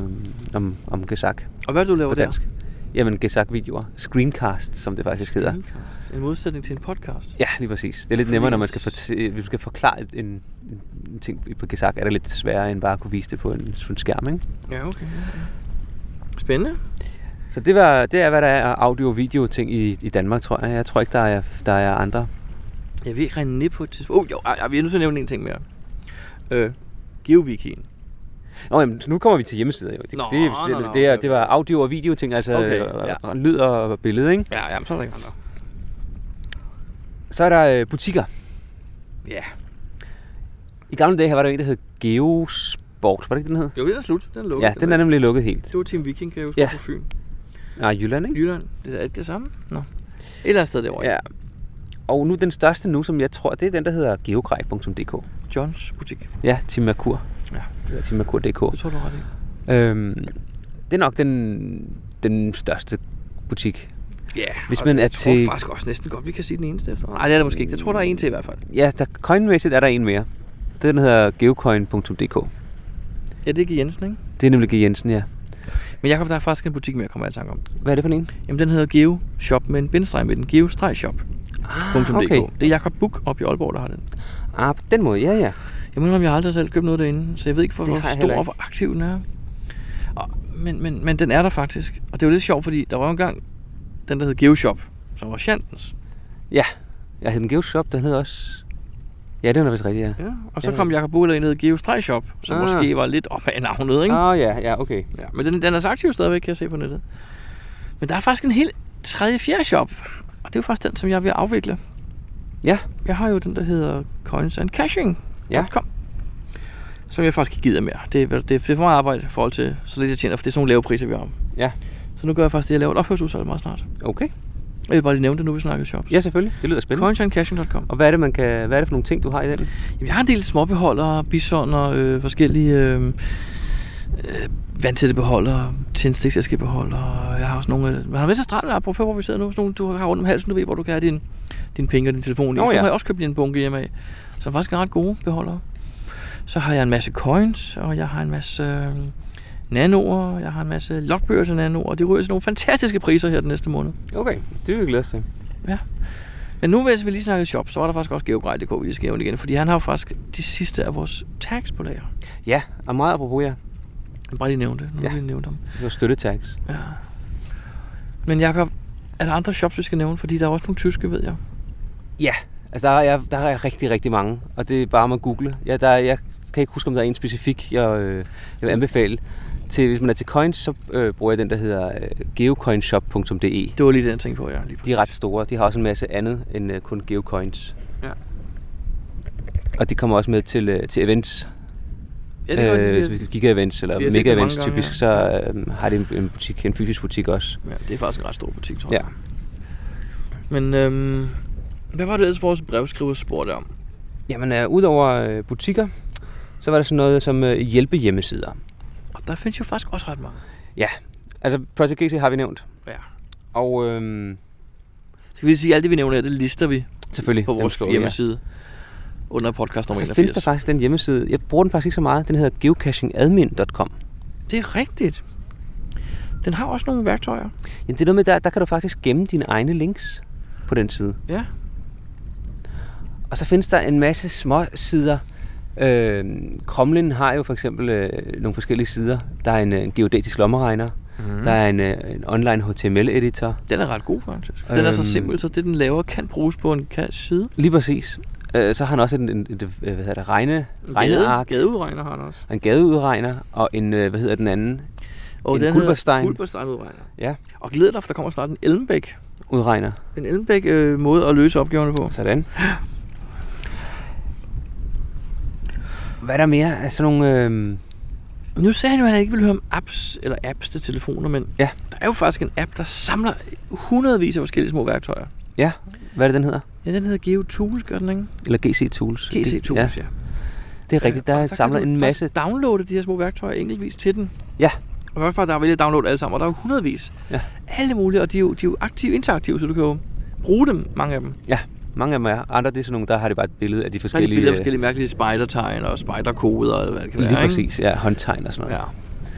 om Gesak. Og hvad du laver på dansk? Jamen, Gesak-videoer. Screencast, som det faktisk hedder. En modsætning til en podcast? Ja, lige præcis. Det er lidt nemmere, når man skal forklare en ting på Gesak. Er det lidt sværere, end bare at kunne vise det på en skærm, ikke? Ja, okay. Spændende. Så det er, hvad der er audio- og video-ting i Danmark, tror jeg. Jeg tror ikke, der er andre. Jeg vil ikke regne ned på et tidspunkt. Vi er nødt til at nævne en ting mere. GeoWikien. Nå, jamen, nu kommer vi til hjemmesider, jo. Det var audio- og video-ting, altså lyd og billede, ikke? Ja, jamen, så er der ikke andre. Så er der butikker. Ja. I gamle dage her var der en, der hed Geosport. Var det ikke, den hed? Jo, den er slut. Den er lukket. Ja, den er nemlig lukket helt. Det var Team Viking, kan jeg huske, på Fyn. Nej, Jylland, ikke? Jylland. Det er ikke det samme? Nå. Et eller andet sted derovre. Ja. Og nu den største nu, som jeg tror, det er den, der hedder geogrej.dk. Johns butik. Ja, Team Merkur. Ja. Det er Team Merkur.dk. Det tror du ret i. Det er nok den største butik. Ja, hvis man jeg tror faktisk også næsten godt, vi kan sige den eneste efter. Nej, det er der måske ikke. Jeg tror, der er en til i hvert fald. Ja, coinmæssigt er der en mere. Den hedder geocoin.dk. Ja, det er G. Jensen, ikke? Det er nemlig G. Jensen, ja. Men Jacob, der er faktisk en butik mere, kommer jeg i tanke om. Hvad er det for en? Jamen, den hedder GeoShop med en bindestreg med den. Geo-shop.dk. Okay. Det er Jacob Buch oppe i Aalborg, der har den. På den måde, ja. Jeg mener, om jeg aldrig selv købt noget derinde, så jeg ved ikke, hvor stor og hvor aktiv den er. Men den er der faktisk. Og det er jo lidt sjovt, fordi der var en gang den, der hed GeoShop, som var Sjantens. Ja, jeg hed den GeoShop, den hed også... Ja, det var vist rigtigt, ja. Og så kom Jacob Buch ind og hed Geo-shop, som måske var lidt op ad navnet, ikke? Ja, okay. Ja, men den er så aktiv stadigvæk, kan jeg se på nettet. Men der er faktisk en helt 3.-4. shop, og det er jo faktisk den, som jeg vil afvikle. Ja. Jeg har jo den, der hedder coinsandcashing.com, som jeg faktisk ikke gider mere. Det er for meget arbejde i forhold til så lidt jeg tjener, for det er sådan nogle lave priser, vi har. Ja. Så nu gør jeg faktisk det, jeg laver et ophørsudsalg meget snart. Okay. Jeg vil bare lige nævne det nu, vi snakker shops. Ja, selvfølgelig. Det lyder spændende. Coinsandcashing.com. Og hvad er det for nogle ting, du har i den? Jamen, jeg har en del småbeholdere, bisoner, forskellige vandtætte beholdere, tændstikæskebeholdere. Jeg har også nogle... Man har med til stranden, på hvor vi sidder nu. Sådan nogle, du har rundt om halsen, du ved, hvor du kan have dine penge og din telefon i. Så har jeg også købt en bunke hjemme af, som faktisk er ret gode beholdere. Så har jeg en masse coins, og jeg har en masse nanoer, jeg har en masse logbøger til nanoer, og de ryger til nogle fantastiske priser her den næste måned. Okay, det vil vi glæde os til. Ja. Men nu, hvis vi lige snakker shop, så var der faktisk også geogrej.dk, vi skal nævne igen, fordi han har jo faktisk de sidste af vores tags på lager. Ja, og meget apropos, ja. Jeg bare lige nævne det. Nu lige nævne dem. Det var støttetags. Ja. Men Jacob, er der andre shops, vi skal nævne? Fordi der er også nogle tyske, ved jeg. Ja, altså der er rigtig, rigtig mange, og det er bare at google. Ja, jeg kan ikke huske, om der er en specifik, jeg vil anbefale. Hvis man er til coins, så bruger jeg den, der hedder geocoinshop.de. Det var lige den, jeg tænkte på, ja. De er ret store. De har også en masse andet end kun geocoins. Ja. Og de kommer også med til events. Ja, det giga-events eller mega-events typisk, så har de en butik, en fysisk butik også. Ja, det er faktisk en ret stor butik, tror jeg. Ja. Men hvad var det ellers, vores brevskriver spurgte om? Jamen, udover butikker, så var der sådan noget som hjælpehjemmesider. Og der findes jo faktisk også ret mange. Ja, altså Project GC har vi nævnt. Ja. Og skal vi sige, alt det vi nævner her, det lister vi selvfølgelig på vores hjemmeside under podcast nummer 81. Så findes der faktisk den hjemmeside. Jeg bruger den faktisk ikke så meget. Den hedder geocachingadmin.com. Det er rigtigt. Den har også nogle værktøjer. Ja, det er noget med, der kan du faktisk gemme dine egne links på den side. Ja. Og så findes der en masse små sider. Kromlin har jo for eksempel nogle forskellige sider. Der er en geodetisk lommeregner. Der er en online HTML-editor. Den er ret god faktisk. Den er så simpel, så det den laver kan bruges på en side. Lige præcis. Så har han også en regneark. Gadeudregner har han også. En gadeudregner og en, den anden? Og en den Gulberstein-udregner. Ja. Og glæder dig, for der kommer snart en Ellenbæk-udregner. En Ellenbæk-måde at løse opgaverne på. Sådan. Hvad er der mere? Altså nogle... Nu sagde han jo, at han ikke ville høre om apps til telefoner, men der er jo faktisk en app, der samler hundredvis af forskellige små værktøjer. Ja, hvad er det, den hedder? Ja, den hedder GeoTools, gør den ikke? Eller GC Tools. GC Tools, ja. Det er rigtigt, der samler en masse... Der downloade de her små værktøjer enkeltvis til den. Ja. Og også bare, der er vælge at downloade alle sammen, og der er jo hundredvis. Ja. Alle mulige, og de er jo interaktive, så du kan jo bruge dem, mange af dem. Ja, mange af dem er. Andre, det er sådan nogle, der har det bare et billede af de forskellige... Der er billeder af forskellige mærkelige spidertegn og spiderkoder, eller hvad det kan være. Lige præcis, ja, håndtegn og sådan noget. Ja.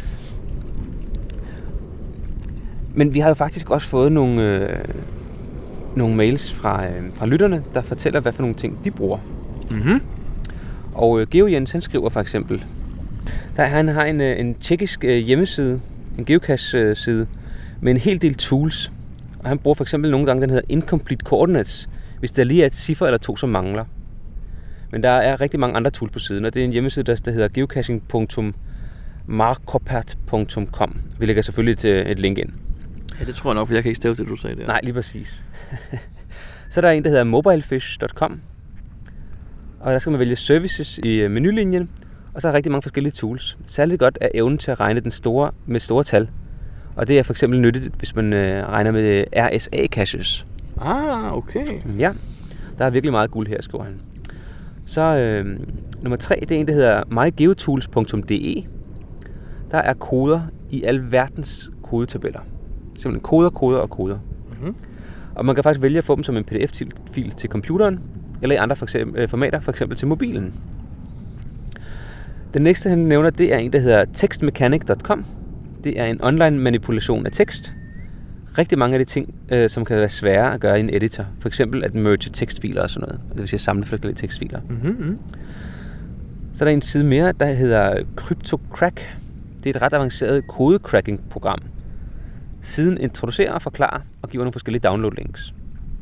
Men vi har jo faktisk også fået nogle mails fra lytterne, der fortæller, hvad for nogle ting de bruger. Mhm. Og Geo Jens, han skriver for eksempel, han har en tjekkisk hjemmeside, en geocache-side, med en hel del tools. Og han bruger for eksempel nogle gange, den hedder Incomplete Coordinates, hvis der lige er et ciffer eller to, som mangler. Men der er rigtig mange andre tools på siden, og det er en hjemmeside, der hedder geocaching.markopert.com. Vi lægger selvfølgelig et link ind. Ja, det tror jeg nok, for jeg kan ikke stave til, du sagde det. Nej, lige præcis. Så er der en, der hedder mobilefish.com. Og der skal man vælge services i menulinjen. Og så er der rigtig mange forskellige tools. Særligt godt er evnen til at regne med store tal. Og det er for eksempel nyttigt, hvis man regner med RSA-caches. Ah, okay. Ja, der er virkelig meget guld her, skriver han. Så nummer 3, det er en, der hedder mygeotools.de. Der er koder i alverdens kodetabeller. Simpelthen koder. Mm-hmm. Og man kan faktisk vælge at få dem som en PDF-fil til computeren, eller i andre formater, for eksempel til mobilen. Den næste, han nævner, det er en, der hedder textmechanic.com. Det er en online manipulation af tekst. Rigtig mange af de ting, som kan være svære at gøre i en editor. For eksempel at merge tekstfiler og sådan noget. Det vil sige at samle forskellige tekstfiler. Mm-hmm. Så er der en side mere, der hedder CryptoCrack. Det er et ret avanceret kodecracking-program. Siden introducerer og forklarer og giver nogle forskellige download-links.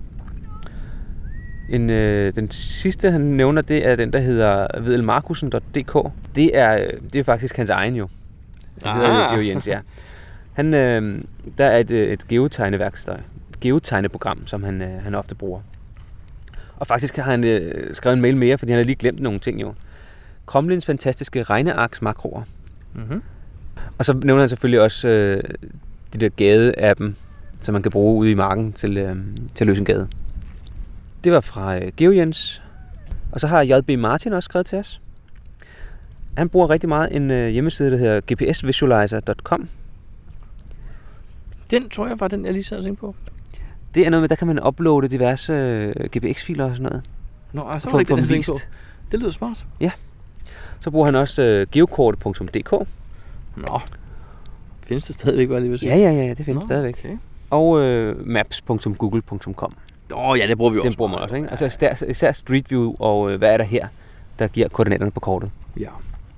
Den sidste, han nævner, det er den, der hedder vedelmarkusen.dk. Det er faktisk hans egen jo. Det hedder jo Jens, ja. Der er et geotegneværktøj, geotegneprogram, som han ofte bruger. Og faktisk har han skrevet en mail mere, fordi han har lige glemt nogle ting jo. Kromlins fantastiske regnearksmakroer. Mm-hmm. Og så nævner han selvfølgelig også de der gade-appen, som man kan bruge ude i marken til at løse en gade. Det var fra GeoJens. Og så har JB Martin også skrevet til os. Han bruger rigtig meget en hjemmeside, der hedder gpsvisualizer.com. Den tror jeg var den, jeg lige sad og tænkte på. Det er noget med, der kan man uploade diverse GPX-filer og sådan noget. Nå, så var det ikke den, jeg tænkte på. Det lyder smart. Ja. Så bruger han også geokort.dk. Nå. Findes det stadigvæk, hvad jeg lige vil sige? Ja, det findes stadigvæk. Okay. Og maps.google.com. Ja, det bruger vi også. Den bruger man også, ikke? Altså især Street View og hvad er der her, der giver koordinaterne på kortet. Ja.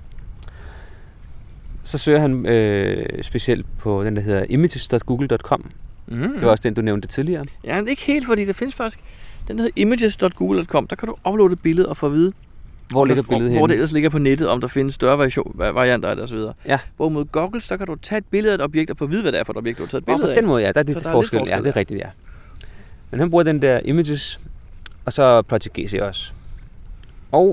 Så søger han specielt på den, der hedder images.google.com. Mm-hmm. Det var også den, du nævnte tidligere. Ja, men ikke helt, fordi der findes faktisk den, der hedder images.google.com. Der kan du uploade billeder og få at vide, hvor det ellers ligger på nettet, om der findes større varianter af det osv. Ja. Hvorimod Goggles, der kan du tage et billede af et objekt og få at vide, hvad det er for et objekt, du har taget et billede af. På den måde, ja, der er det forskel. Ja, det er rigtigt, ja. Men han bruger den der images, og så Project GC også. Og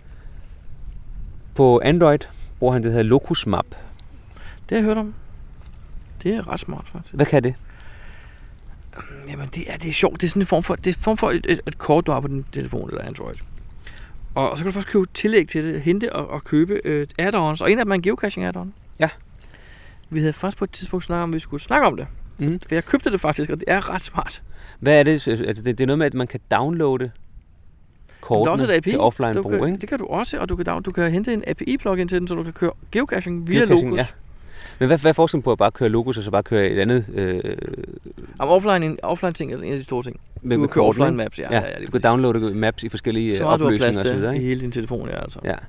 på Android bruger han det her Locus Map. Det har jeg hørt om. Det er ret smart, faktisk. Hvad kan det? Jamen, det er sjovt. Det er sådan en form for et kort, du har på din telefon eller Android. Og så kan du faktisk købe tillæg til det, hente og købe add-ons. Og en af dem er en geocaching add-on. Ja. Vi havde først på et tidspunkt snakket om, vi skulle snakke om det. Mm. For jeg købte det faktisk, og det er ret smart. Hvad er det? Altså, det er noget med, at man kan downloade kortene til offline brug, ikke? Det kan du også, og du kan hente en API-plugin til den, så du kan køre geocaching via Locus. Ja. Men hvad er forskellen på at bare køre Locus, og så bare køre et andet... Offline ting er en af de store ting. Du kan køre offline maps, ja. Du kan downloade maps i forskellige opløsninger og så videre, i hele din telefon, ja, altså. Ja.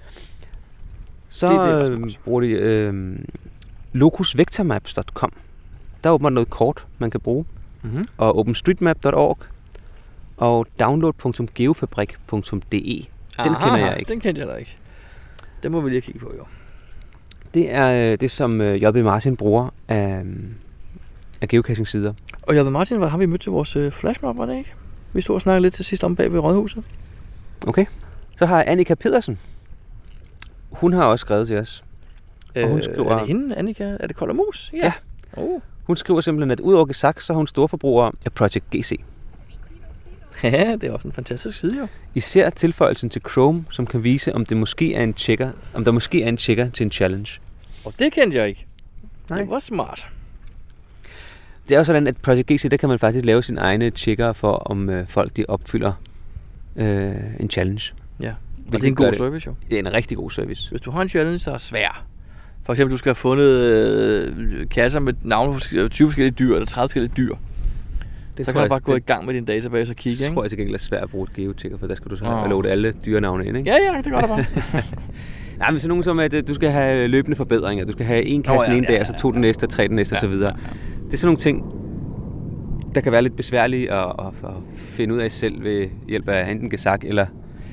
Så bruger de locusvectormaps.com. Der er åbenbart noget kort, man kan bruge. Mm-hmm. Og openstreetmap.org og download.geofabrik.de. Den kender jeg ikke. Den kender jeg da ikke. Den må vi lige kigge på, jo. Det er det, som JB Martin bruger af geocaching-sider. Og JB Martin har vi mødt til vores flashmob, var det ikke? Vi stod og snakkede lidt til sidst om bag ved Rådhuset. Okay. Så har Annika Pedersen. Hun har også skrevet til os. Og hun skriver, er det hende, Annika? Er det Kold og Mus? Ja. Hun skriver simpelthen, at udover Gesak, så er hun storforbruger af Project GC. Ja, det er også en fantastisk side, jo. Især tilføjelsen til Chrome, som kan vise, om der måske er en checker til en challenge. Og det kendte jeg ikke. Nej. Det var smart. Det er jo sådan, at Project GC, der kan man faktisk lave sine egne checker for, om folk de opfylder en challenge. Ja, og det er en god service, jo. Det er en rigtig god service. Hvis du har en challenge, der er svær. For eksempel, du skal have fundet kasser med navne på 20 forskellige dyr, eller 30 forskellige dyr. Så kan du bare gå i gang med din database og kigge, ikke? Det tror jeg til gengæld er svært at bruge et geochecker, for der skal du så have loadet alle dyrenavne ind, ikke? Ja, det gør der bare. Nej, men sådan nogen som, at du skal have løbende forbedringer. Du skal have en kasse den ene dag, og så 2 den næste, og 3 den næste, og så videre. Det er sådan nogle ting, der kan være lidt besværlige at finde ud af selv ved hjælp af enten Gesak eller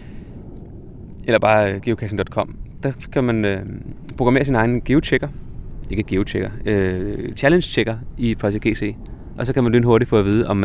bare geocaching.com. Der kan man programmere sin egen geochecker. Ikke geochecker. Challenge-checker i Project GC. Og så kan man lynhurtigt få at vide, om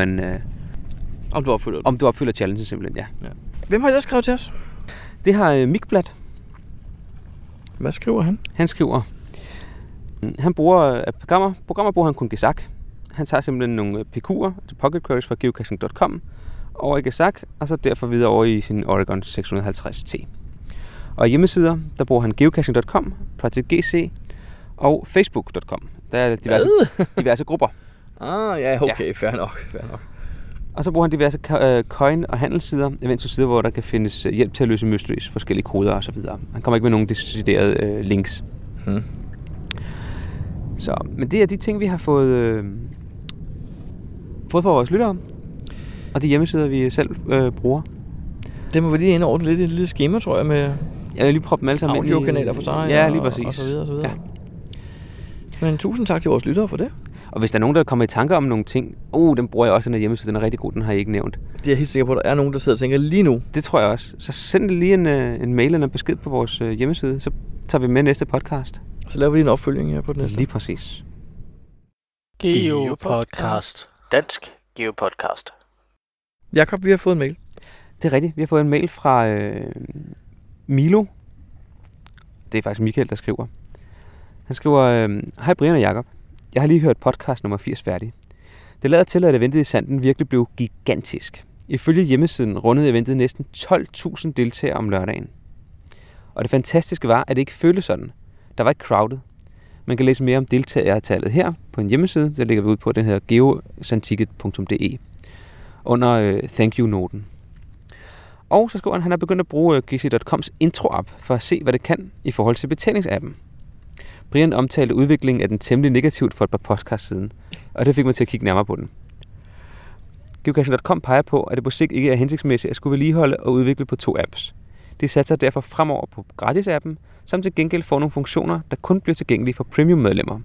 du opfylder challengen simpelthen, ja. Hvem har I da skrevet til os? Det har Mikblad. Hvad skriver han? Han skriver, han bruger programmer bruger han kun Gesak. Han tager simpelthen nogle PQ'er til Pocket Queries fra geocaching.com over i Gesak, og så derfor videre over i sin Oregon 650T. Og hjemmesider, der bruger han geocaching.com, Project GC og facebook.com. Der er diverse grupper. Ja, okay, fair nok. Og så bruger han diverse coin- og handelssider, eventuelt sider, hvor der kan findes hjælp til at løse mysteries, forskellige koder og så videre. Han kommer ikke med nogen deciderede links. Så, men det er de ting, vi har fået fra vores lyttere, og de hjemmesider, vi selv bruger. Det må vi lige indordne lidt i et lille schema, tror jeg, med jeg vil lige proppe dem alle sammen ind i audiokanaler for sig, ja, lige præcis. Og så videre. Ja. Men tusind tak til vores lyttere for det. Og hvis der er nogen, der kommer i tanker om nogle ting, den bruger jeg også, den her hjemmeside, den er rigtig god, den har jeg ikke nævnt. Det er jeg helt sikker på, at der er nogen, der sidder og tænker lige nu. Det tror jeg også. Så send lige en mail eller en besked på vores hjemmeside, så tager vi med næste podcast. Så laver vi en opfølging her på den næste. Lige præcis. Geopodcast. Dansk Geopodcast. Jakob, vi har fået en mail. Det er rigtigt. Vi har fået en mail fra Milo. Det er faktisk Michael, der skriver. Han skriver, hej Brian og Jakob. Jeg har lige hørt podcast nummer 80 færdig. Det lader til, at eventet i Sanden virkelig blev gigantisk. Ifølge hjemmesiden rundede eventet næsten 12.000 deltagere om lørdagen. Og det fantastiske var, at det ikke føltes sådan. Der var ikke crowded. Man kan læse mere om deltagertallet her på en hjemmeside, der ligger vi ud på, den hedder geosantiket.de under thank you-noten. Og så skriver han har begyndt at bruge gc.coms intro-app for at se, hvad det kan i forhold til betalingsappen. Brian omtalte udviklingen af den temmelig negativt for et par podcast siden, og det fik mig til at kigge nærmere på den. Geocaching.com peger på, at det på sigt ikke er hensigtsmæssigt at skulle vedligeholde og udvikle på 2 apps. De satser derfor fremover på gratis-appen, som til gengæld får nogle funktioner, der kun bliver tilgængelige for premium-medlemmer.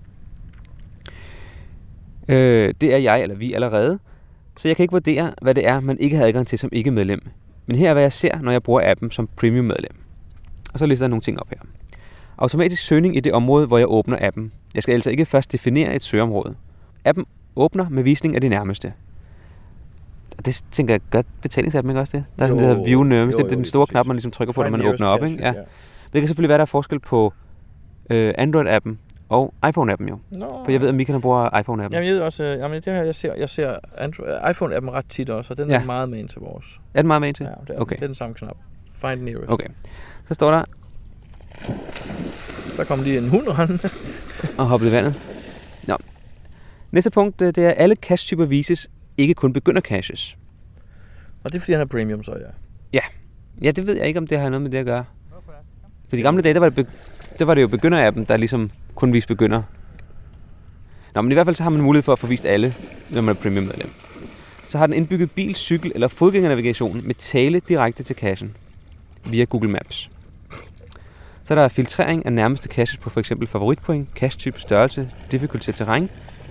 Det er jeg eller vi allerede, så jeg kan ikke vurdere, hvad det er, man ikke har adgang til som ikke-medlem. Men her er, hvad jeg ser, når jeg bruger appen som premium-medlem. Og så lister jeg nogle ting op her. Automatisk søgning i det område, hvor jeg åbner appen. Jeg skal altså ikke først definere et søgeområde. Appen åbner med visning af det nærmeste. Og det tænker jeg godt betalingsappen, ikke også det? Der er sådan det der view nærmest. Det er den store knap, man ligesom trykker på, når man åbner op, ikke? Ja. Men det kan selvfølgelig være, der er forskel på Android-appen og iPhone-appen jo. For jeg ved, at Michael bruger iPhone-appen. Jamen jeg ved også, det her, jeg ser iPhone-appen ret tit også, og den er meget med ind til vores. Er den meget med ind til? Ja, det er den samme knap. Find nearest. Okay. Så står der... Der kom lige en hund og hoppede i vandet. Nå. Næste punkt, det er, alle cache-typer vises, ikke kun begynder-caches. Og det er fordi, han er premium, så ja. Ja, det ved jeg ikke, om det har noget med det at gøre. For de gamle dage, der var det jo begynder-appen, der ligesom kun viste begynder. Nå, men i hvert fald så har man mulighed for at få vist alle, når man er premium-medlem. Så har den indbygget bil, cykel eller fodgængernavigation med tale direkte til cachen via Google Maps. Så der er filtrering af nærmeste caches på f.eks. favoritpoint, cache-type, størrelse, difficulty og terræn.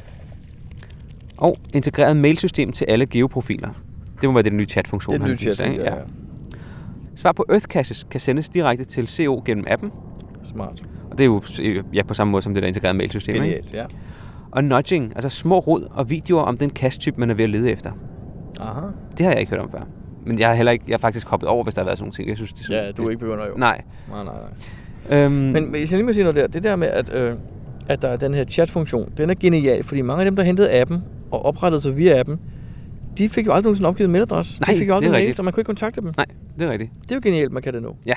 Og integreret mailsystem til alle geoprofiler. Det må være den nye chat-funktion. Det er den nye chat, ja. Svar på Earth caches kan sendes direkte til CO gennem appen. Smart. Og det er jo på samme måde som det der integrerede mailsystem. Genialt, ja. Og nudging, altså små råd og videoer om den cache-type, man er ved at lede efter. Aha. Det har jeg ikke hørt om før. Men jeg har faktisk hoppet over, hvis der har været sådan nogle ting. Jeg synes, det er du ikke begynder jo. Nej. Men hvis jeg lige må sige noget der, det der med, at der er den her chat-funktion, den er genial, fordi mange af dem, der hentede appen og oprettede sig via appen, de fik jo aldrig nogensinde opgivet en mailadresse. Nej, de fik jo aldrig det er mail, rigtigt. så man kunne ikke kontakte dem. Nej, det er rigtigt. Det er jo genialt, man kan det nu. Ja.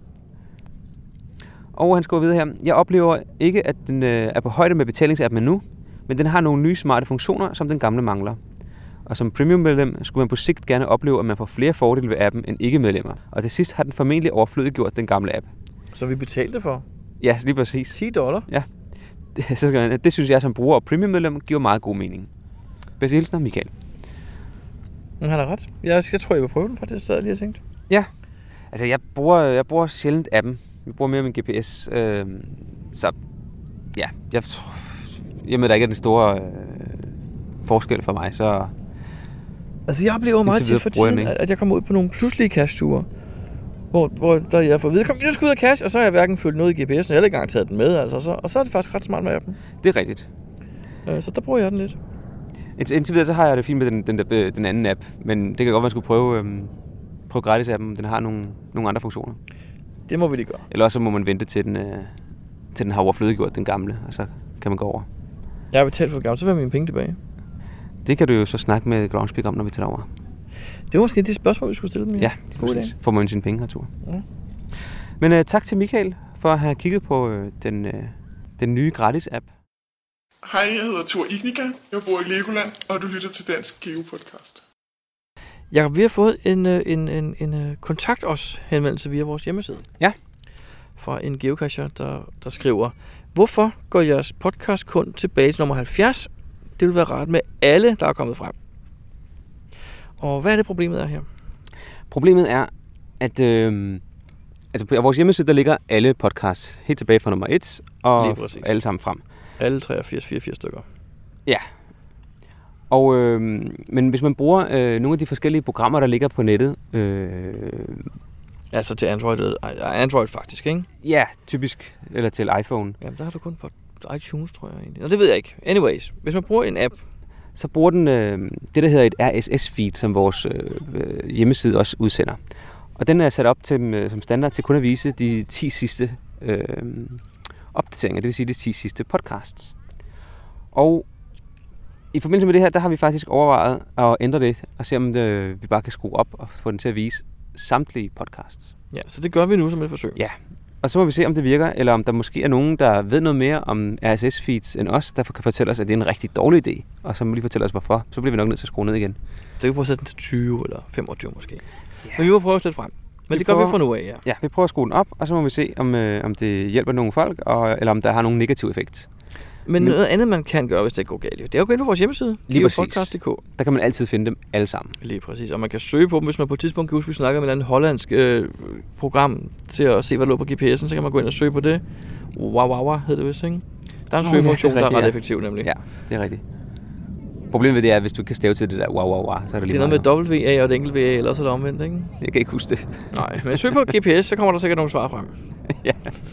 Og han skriver videre her. Jeg oplever ikke, at den er på højde med betalingsappen nu, men den har nogle nye smarte funktioner, som den gamle mangler. Og som premium-medlem skulle man på sigt gerne opleve, at man får flere fordele ved appen end ikke-medlemmer. Og til sidst har den formentlig overflødiggjort den gamle app. Så vi betalte for Ja, lige præcis. $10. Ja. Det synes jeg som bruger og premium-medlem giver meget god mening. Bedste hilsner, Michael. Men han har ret. Jeg tror, jeg vil prøve den, for det sad jeg lige og tænkt. Ja. Altså, jeg bruger sjældent appen. Jeg bruger mere min GPS. Så ja, jeg med der ikke er den store forskel for mig, så... Altså, jeg oplever meget til for tiden, at jeg kommer ud på nogle pludselige cash-ture, hvor der jeg får at vide, kom, jeg skal ud af cash, og så har jeg hverken følt noget i GPS'en, og jeg har ikke engang taget den med, altså, og så er det faktisk ret smart med appen. Det er rigtigt. Så der bruger jeg den lidt. Indtil videre, så har jeg det fint med den anden app, men det kan godt være, at man skulle prøve gratis-appen, den har nogle andre funktioner. Det må vi lige gøre. Eller også må man vente til den har overflødiggjort den gamle, og så kan man gå over. Jeg har betalt for det gamle, så vil jeg mine penge tilbage. Det kan du jo så snakke med Groundspeak om, når vi tager over. Det var måske det spørgsmål, vi skulle stille dem. Ja, præcis. Får man sine penge hertur. Ja. Men tak til Michael for at have kigget på den nye gratis-app. Hej, jeg hedder Thor Ignika. Jeg bor i Legoland, og du lytter til Dansk Geo-podcast. Jakob, vi har fået en kontakt os henvendelse via vores hjemmeside. Ja. Fra en geocacher, der skriver: Hvorfor går jeres podcast kun tilbage til nummer 70? Det vil være rart med alle, der er kommet frem. Og hvad er det problemet er her? Problemet er, at altså på vores hjemmeside, der ligger alle podcasts helt tilbage fra nummer 1, og alle sammen frem. Alle 83 stykker. Ja. Og, men hvis man bruger nogle af de forskellige programmer, der ligger på nettet... altså til Android faktisk, ikke? Ja, typisk. Eller til iPhone. Jamen, der har du kun på iTunes, tror jeg egentlig. Nå, det ved jeg ikke. Anyways, hvis man bruger en app... Så bruger den det, der hedder et RSS-feed, som vores hjemmeside også udsender. Og den er sat op til, som standard til kun at vise de 10 sidste opdateringer, det vil sige de 10 sidste podcasts. Og i forbindelse med det her, der har vi faktisk overvejet at ændre det, og se om vi bare kan skrue op og få den til at vise samtlige podcasts. Ja, så det gør vi nu som et forsøg. Ja, og så må vi se, om det virker, eller om der måske er nogen, der ved noget mere om RSS-feeds end os, der kan fortælle os, at det er en rigtig dårlig idé, og så må lige fortælle os, hvorfor. Så bliver vi nok nødt til at skrue ned igen. Så vi kan prøve at sætte den til 20 eller 25 måske. Ja. Men vi må prøve at lidt frem. Men det gør vi fra nu af, ja. Ja, vi prøver at skrue den op, og så må vi se, om det hjælper nogle folk, eller om der har nogen negativ effekt. Men noget andet, man kan gøre, hvis det går galt, det er jo at gå ind på vores hjemmeside, geopodcast.dk. Der kan man altid finde dem alle sammen. Lige præcis, og man kan søge på dem, hvis man på et tidspunkt kan huske, vi snakker om et eller andet hollandsk program til at se, hvad der lå på GPS'en, så kan man gå ind og søge på det. Wow, hed det vist, ikke? Der er en søgefunktion, der er ret effektiv, nemlig. Ja, det er rigtigt. Problemet ved det er, at hvis du kan stave til det der wow, så er det lige meget. Det er noget med WA og et enkelt VA, ellers er det omvendt, ikke? Jeg kan ikke huske det. Nej, men søg på GPS, så kommer der sikkert nogle svar frem. Ja.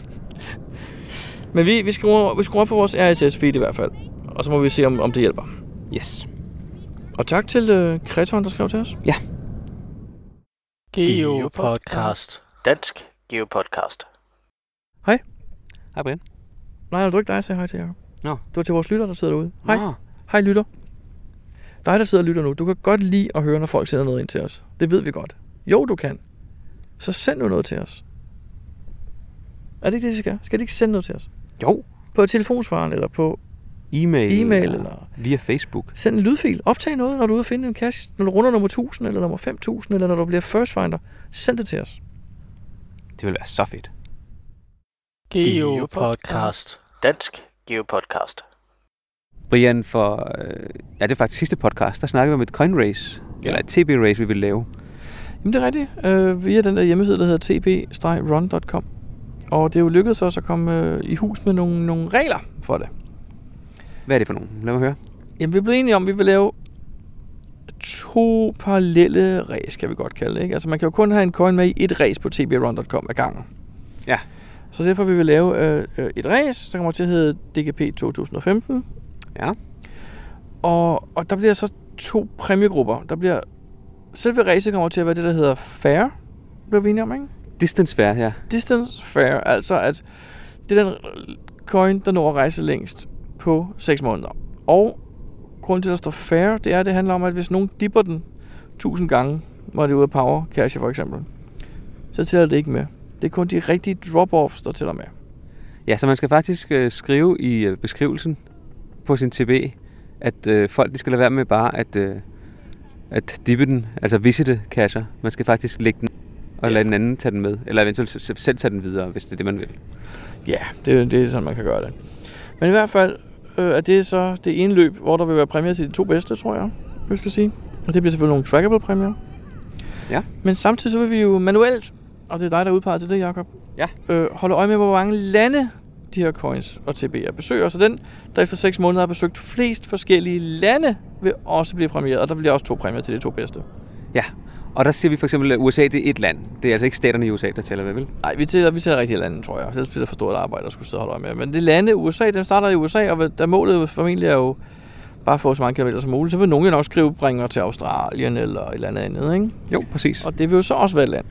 Men vi skruer på vores RSS-feed i hvert fald. Og så må vi se, om det hjælper. Yes. Og tak til Kreton, der skrev til os. Ja. Geo-podcast. Dansk Geo-podcast. Hej. Hej, Brian. Nej, du ikke dig, sagde hej til Jacob. Nå. Det var til vores lytter, der sidder derude. Hej. Nå. Hej, lytter. Dig, der sidder og lytter nu. Du kan godt lide at høre, når folk sender noget ind til os. Det ved vi godt. Jo, du kan. Så send nu noget til os. Er det ikke det, vi skal? Skal de ikke sende noget til os? Jo. På telefonsvaren, eller på e-mail eller via Facebook. Send en lydfil. Optag noget, når du er ude at finde en cache. Når du runder nummer 1000, eller nummer 5000, eller når du bliver first finder. Send det til os. Det vil være så fedt. Geo-podcast. Dansk Geo-podcast. Brian, det er faktisk sidste podcast, der snakkede vi om et coin race, eller et TB-race, vi ville lave. Jamen det er rigtigt. Via den der hjemmeside, der hedder tb-run.com. Og det er jo lykkedes os at komme i hus med nogle regler for det. Hvad er det for nogle? Lad mig høre. Jamen vi er blevet enige om, at vi vil lave 2 parallelle race, kan vi godt kalde det. Ikke? Altså man kan jo kun have en coin med i et race på tb-run.com ad gangen. Ja. Så derfor vil vi lave et race, der kommer til at hedde DGP 2015. Ja. Og der bliver så 2 præmiegrupper. Selve racet kommer til at være det, der hedder fair. Det er vi enige om, ikke? Distance fair, ja. Distance fair, altså at det er den coin, der når at rejse længst på 6 måneder. Og grunden til, at der står fair, det er, at det handler om, at hvis nogen dipper den 1000 gange, hvor det er ude af power cache for eksempel, så tæller det ikke med. Det er kun de rigtige drop-offs, der tæller med. Ja, så man skal faktisk skrive i beskrivelsen på sin TB, at folk de skal lade være med bare at dippe den, altså visite cacher. Man skal faktisk lægge den og lade den anden tage den med, eller eventuelt selv tage den videre, hvis det er det, man vil. Ja, det er sådan, man kan gøre det. Men i hvert fald er det så det ene løb, hvor der vil være præmier til de 2 bedste, tror jeg skal sige. Og det bliver selvfølgelig nogle trackable præmier. Ja. Men samtidig så vil vi jo manuelt, og det er dig, der er udpeget til det, Jacob, holde øje med, hvor mange lande de her coins og TB'er besøger. Så den, der efter 6 måneder har besøgt flest forskellige lande, vil også blive præmieret. Og der bliver også 2 præmier til de 2 bedste. Ja, og der siger vi for eksempel, at USA det er et land. Det er altså ikke staterne i USA, der tæller, hvad vel? Nej, vi tæller rigtige lande, tror jeg. Ellers bliver det for stort arbejde, der skulle sidde og holde øje med. Men det lande USA, den starter i USA, og der målet formentlig er jo bare få så mange kilometer som muligt. Så vil nogen nok skrive bringer til Australien eller et eller andet, ikke? Jo, præcis. Og det vil jo så også være et land.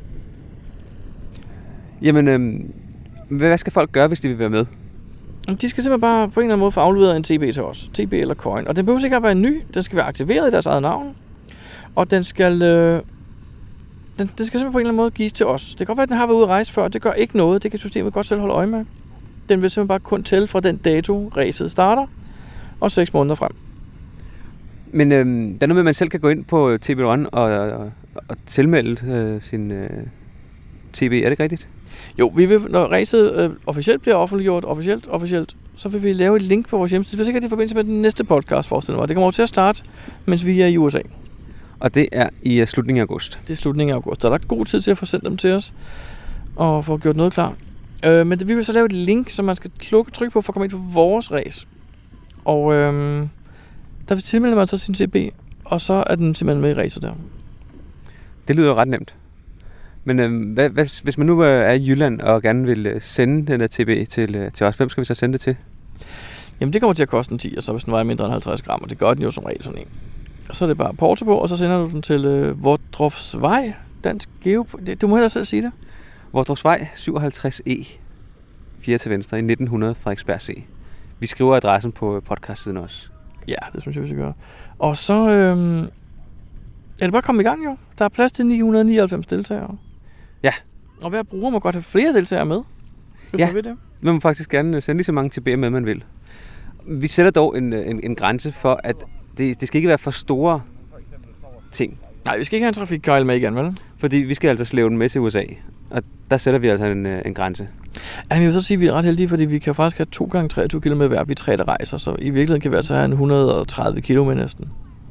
Jamen, hvad skal folk gøre, hvis de vil være med? De skal simpelthen bare på en eller anden måde få afleveret en TB til os. TB eller coin. Og den behøver ikke at være ny. Den skal være aktiveret i deres eget navn. Og den skal... Den skal simpelthen på en eller anden måde gives til os. Det kan godt være, at den har været ude at rejse før. Det gør ikke noget. Det kan systemet godt selv holde øje med. Den vil simpelthen bare kun tælle fra den dato, racet starter. Og 6 måneder frem. Men der er noget med, at man selv kan gå ind på TB1 og tilmelde sin TB. Er det ikke rigtigt? Jo, vi vil, når racet officielt bliver offentliggjort, officielt, så vil vi lave et link på vores hjemmeside. Det bliver sikkert i forbindelse med den næste podcast, forestiller mig. Det kommer over til at starte, mens vi er i USA. Og det er i slutningen af august? Det er slutningen af august. Der er god tid til at få sendt dem til os og få gjort noget klar. Men vi vil så lave et link, som man skal trykke på for at komme ind på vores race. Og der vil tilmelde man så sin CB, og så er den simpelthen med i racet der. Det lyder jo ret nemt. Men hvis man nu er i Jylland og gerne vil sende den der TB til os, hvem skal vi så sende det til? Jamen det kommer til at koste en 10, og så hvis den vejer mindre end 50 gram, og det gør den jo som regel sådan en. Og så er det bare porto på, og så sender du den til Vordrofsvej, Dansk Geo... Du må hellere selv sige det. Vordrofsvej 57E, 4 til venstre, i 1900 Frederiksberg C. Vi skriver adressen på podcastsiden også. Ja, det synes jeg, vi skal gøre. Og så er det bare kommet i gang jo. Der er plads til 999 deltagere. Ja. Og hver bruger må godt have flere deltagere med. Ja, man må faktisk gerne sende lige så mange TB'er med, man vil. Vi sætter dog en grænse for, at det skal ikke være for store ting. Nej, vi skal ikke have en trafikkejl med igen, vel? Fordi vi skal altså slæve den med til USA. Og der sætter vi altså en grænse. Ja, men jeg vil så sige, at vi er ret heldige, fordi vi kan faktisk have 2 gange 23 km hver, vi 3, der rejser. Så i virkeligheden kan vi altså have en 130 km næsten.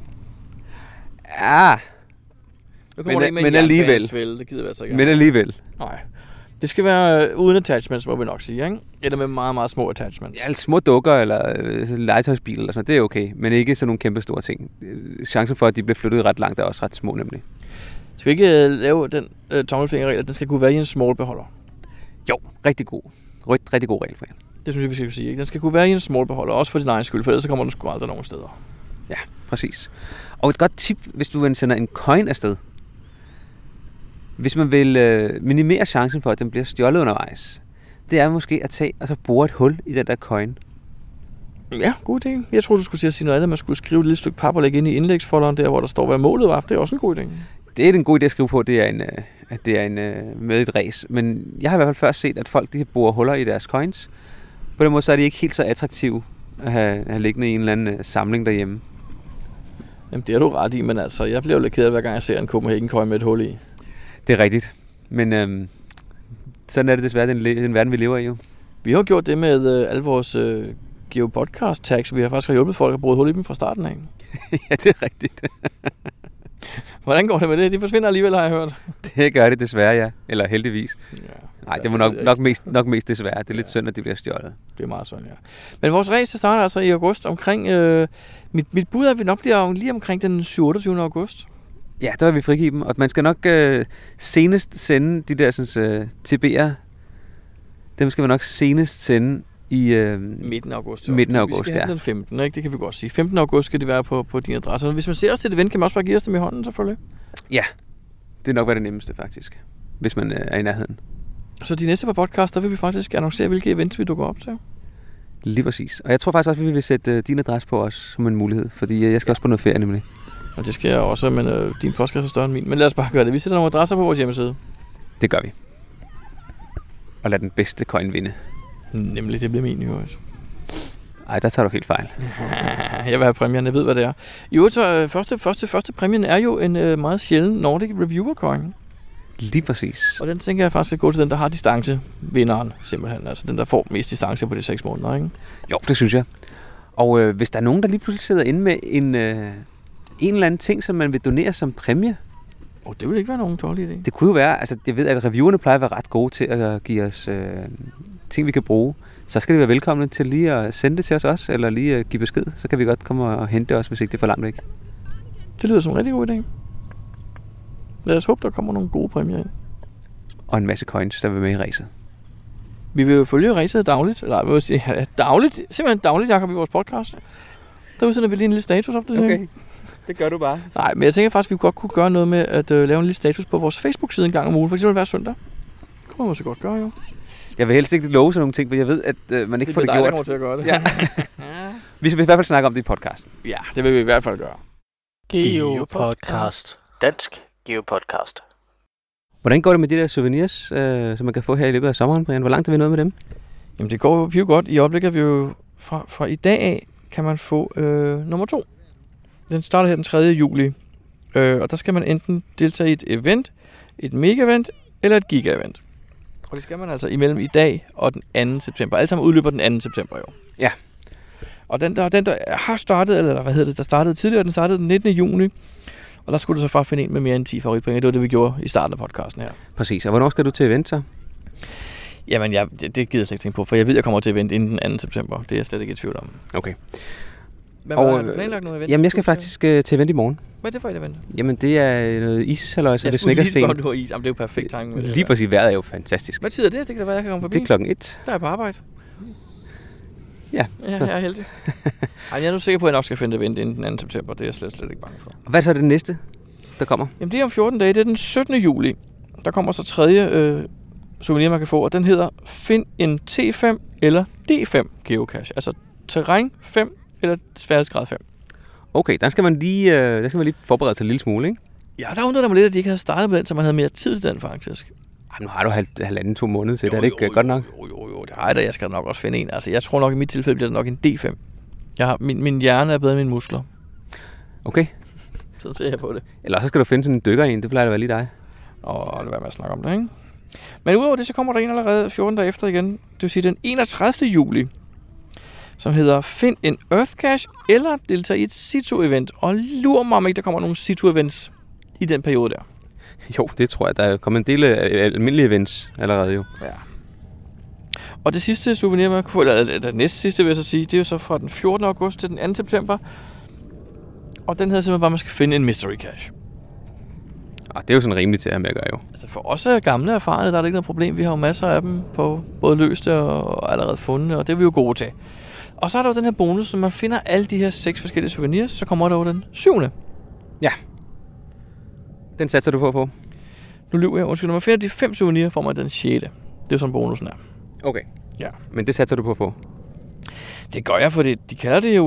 Ja. Men alligevel. Det gider vi altså ikke. Men alligevel. Nej. Det skal være uden attachments, må vi nok sige, ikke? Eller med meget, meget små attachments. Ja, små dukker eller legetøjsbil eller sådan, det er okay. Men ikke sådan nogle kæmpe store ting. Chancen for, at de bliver flyttet ret langt, er også ret små nemlig. Skal vi ikke lave den tommelfingerregel, at den skal kunne være i en small beholder? Jo, rigtig god regel for jer. Det synes jeg, vi skal sige, ikke? Den skal kunne være i en small beholder, også for din egen skyld, for ellers så kommer den sgu aldrig nogen steder. Ja, præcis. Og et godt tip, hvis du sender en coin afsted. Hvis man vil minimere chancen for, at den bliver stjålet undervejs, det er måske at tage og så bore et hul i den der coin. Ja, god idé. Jeg tror du skulle sige noget andet. Man skulle skrive et lille stykke pap og lægge ind i indlægsfolderen der, hvor der står, hvad målet var. Det er også en god idé. Det er en god idé at skrive på, det er en med et race. Men jeg har i hvert fald først set, at folk de borer huller i deres coins. På den måde så er de ikke helt så attraktive at have liggende i en eller anden samling derhjemme. Jamen det er du ret i, men altså, jeg bliver jo lidt ked af, hver gang jeg ser en Copenhagen coin med et hul i. Det er rigtigt. Men sådan er det desværre den verden, vi lever i jo. Vi har gjort det med alle vores Geo-podcast tags. Vi har faktisk hjulpet folk at bruge et hul i dem fra starten af. Ja, det er rigtigt. Hvordan går det med det? De forsvinder alligevel, har jeg hørt. Det gør det desværre, ja. Eller heldigvis. Ja. Nej, det må nok mest desværre. Det er lidt synd, at de bliver stjålet. Det er meget synd, ja. Men vores race starter altså i august omkring... Mit bud er, at vi nok bliver lige omkring den 27. august. Ja, der vil vi frigive dem. Og man skal nok senest sende de der TB'er. Dem skal man nok senest sende i... midten af august. Midten af august, vi skal have den 15. Ikke? Det kan vi godt sige. 15. august skal det være på din adresse. Og hvis man ser os til et event, kan man også bare give os dem i hånden, selvfølgelig. Ja, det er nok være det nemmeste, faktisk. Hvis man er i nærheden. Så de næste par podcast, der vil vi faktisk annoncere, hvilke events vi dukker op til. Lige præcis. Og jeg tror faktisk også, at vi vil sætte din adresse på os som en mulighed, fordi jeg skal også på noget ferie nemlig. Og det skal jeg også, men din postkasse er større end min. Men lad os bare gøre det. Vi sætter nogle adresser på vores hjemmeside. Det gør vi. Og lad den bedste coin vinde. Nemlig, det bliver min jo også. Ej, der tager du helt fejl. Jeg vil have præmien, jeg ved, hvad det er. I øvrigt, så første præmien er jo en meget sjælden Nordic Reviewer coin. Lige præcis. Og den tænker jeg faktisk at gå til den, der har distancevinderen, simpelthen. Altså den, der får mest distance på de 6 måneder, ikke? Jo, det synes jeg. Og hvis der er nogen, der lige pludselig sidder inde med en eller anden ting, som man vil donere som præmie. Det vil ikke være nogen dårlig idé. Det kunne jo være, altså jeg ved, at reviewerne plejer at være ret gode til at give os ting, vi kan bruge. Så skal det være velkomne til lige at sende det til os også, eller lige at give besked. Så kan vi godt komme og hente os, hvis ikke det er for langt væk. Det lyder som en rigtig god idé. Lad os håbe, der kommer nogle gode præmier ind. Og en masse coins, der vil med i racet. Vi vil jo følge racet dagligt. Eller jeg vil sige, dagligt. Simpelthen dagligt, Jacob, i vores podcast. Der udsender vi lige en lille status op. Okay, det gør du bare. Nej, men jeg tænker faktisk, at vi godt kunne gøre noget med at lave en lille status på vores Facebook-side en gang om ugen. For eksempel hver søndag. Det kunne man måske godt gøre, jo. Jeg vil helst ikke love sådan nogle ting, for jeg ved, at man ikke får det gjort. Det er til at gøre det. Ja. Vi skal i hvert fald snakke om det i podcasten. Ja, det vil vi i hvert fald gøre. Geopodcast. Dansk Geopodcast. Hvordan går det med de der souvenirs, som man kan få her i løbet af sommeren, Brian? Hvor langt er vi nået med dem? Jamen, det går jo godt. I øjeblikket er vi jo fra i dag af, kan man få nummer 2. Den starter her den 3. juli. Og der skal man enten deltage i et event, et mega-event eller et giga-event. Og det skal man altså imellem i dag og den 2. september. Alt sammen udløber den 2. september jo. Ja. Og den der har startet, eller hvad hedder det, der startede tidligere, den startede den 19. juni. Og der skulle du så bare finde en med mere end 10 favoritpoint. Det var det, vi gjorde i starten af podcasten her. Præcis. Og hvornår skal du til event så? Jamen, det gider jeg slet ikke tænke på, for jeg ved, jeg kommer til event inden den 2. september. Det er jeg slet ikke i tvivl om. Okay. Men har du planlagt noget event? Jamen, jeg skal faktisk til event i morgen. Hvad er det for et event? Jamen, det er noget ishalløjse, og det snækkersten. Jeg skulle lige spørge, du har is. Jamen, det er jo perfekt timing. Lige præcis, vejret er jo fantastisk. Hvad tid er det? Det kan da være, jeg kan komme forbi. Det er klokken 1. Der er jeg på arbejde. Ja. Ja, jeg er heldig. Ej, jeg er nu sikker på, at jeg nok skal finde event inden den 2. september. Det er jeg slet ikke bange for. Og hvad så er det næste, der kommer? Jamen, det er om 14 dage. Det er den 17. juli. Der kommer så 3. souvenir, man kan få, og den hedder Find en T5 eller D5 geocache. Altså terræn 5 eller sværhedsgrad 5. Okay, der skal man lige forberede sig en lille smule, ikke? Ja, der undrede mig lidt, at de ikke havde startet med den, så man havde mere tid til den faktisk. Nu har du 1,5-2 måneder til det. Er det ikke godt nok? Jo, det har jeg da. Jeg skal nok også finde en. Altså, jeg tror nok, i mit tilfælde bliver det nok en D5. Min hjerne er bedre end mine muskler. Okay. Sådan ser jeg på det. Eller så skal du finde sådan en dykker i en. Det plejer at være lige dig. Og det var med at snakke om det, ikke? Men udover det, så kommer der en allerede 14 dage efter igen. Det vil sige den 31. juli. Som hedder Find en Earth Cache eller deltage i et Situ-event. Og lur mig, om ikke der kommer nogle Situ-events i den periode der. Jo, det tror jeg. Der er kommet en del af almindelige events allerede jo. Ja. Og det sidste souvenir, man kan få, eller det næste sidste, vil jeg så sige, det er jo så fra den 14. august til den 2. september. Og den hedder simpelthen bare, at man skal finde en Mystery Cache. Og det er jo sådan rimeligt til at have med at gøre jo. Altså for os gamle erfarne, der er det ikke noget problem. Vi har jo masser af dem på både løste og allerede fundne, og det er vi jo gode til. Og så er der jo den her bonus, når man finder alle de her 6 forskellige souvenirs, så kommer der jo den 7. Ja. Den satser du på at få? Nu lyver jeg. Undskyld, når man finder de 5 souvenirs, får man den 6. Det er jo sådan bonusen er. Okay. Ja. Men det satser du på at få? Det gør jeg, fordi de kalder det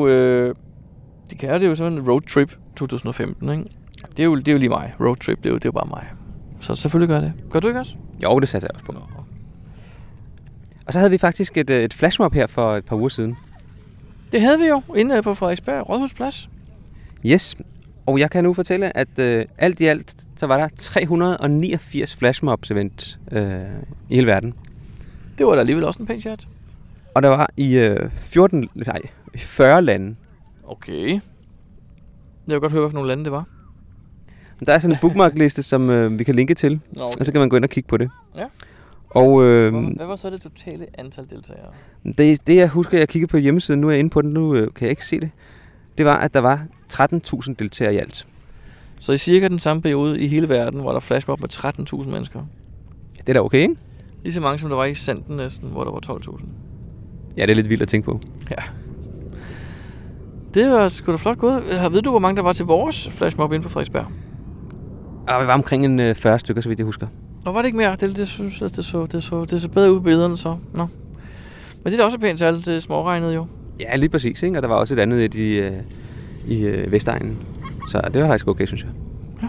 jo sådan en road trip 2015, ikke? Det er jo lige mig. Road trip, det er jo bare mig. Så selvfølgelig gør jeg det. Gør du ikke også? Jo, det satser jeg også på. Og så havde vi faktisk et flashmob her for et par uger siden. Det havde vi jo inde på Frederiksberg Rådhusplads. Yes, og jeg kan nu fortælle, at alt i alt, så var der 389 flashmobs event i hele verden. Det var da alligevel også en pæn chat. Og der var i 40 lande. Okay. Jeg vil godt høre, hvilke nogle lande det var. Der er sådan en bookmarkliste, som vi kan linke til, okay. Og så kan man gå ind og kigge på det. Ja. Og, hvad var så det totale antal deltagere? Det jeg husker, jeg kiggede på hjemmesiden, nu er jeg inde på den, nu kan jeg ikke se det. Det var, at der var 13.000 deltagere i alt. Så i cirka den samme periode i hele verden, hvor der flashmob med 13.000 mennesker. Det er da okay, ikke? Lige så mange, som der var i Sanden næsten, hvor der var 12.000. Ja, det er lidt vildt at tænke på. Ja. Det var sgu da flot gået. Ved du, hvor mange der var til vores flashmob inde på Frederiksberg? Og vi var omkring en 40 stykker, så vidt jeg husker. Og var det ikke mere? Det synes jeg, det så bedre ud på billederne så. Nå. Men det er da også pænt tal til småregnet jo. Ja, lige præcis, ikke? Og der var også et andet i Vestegnen. Så det var faktisk okay, synes jeg. Ja.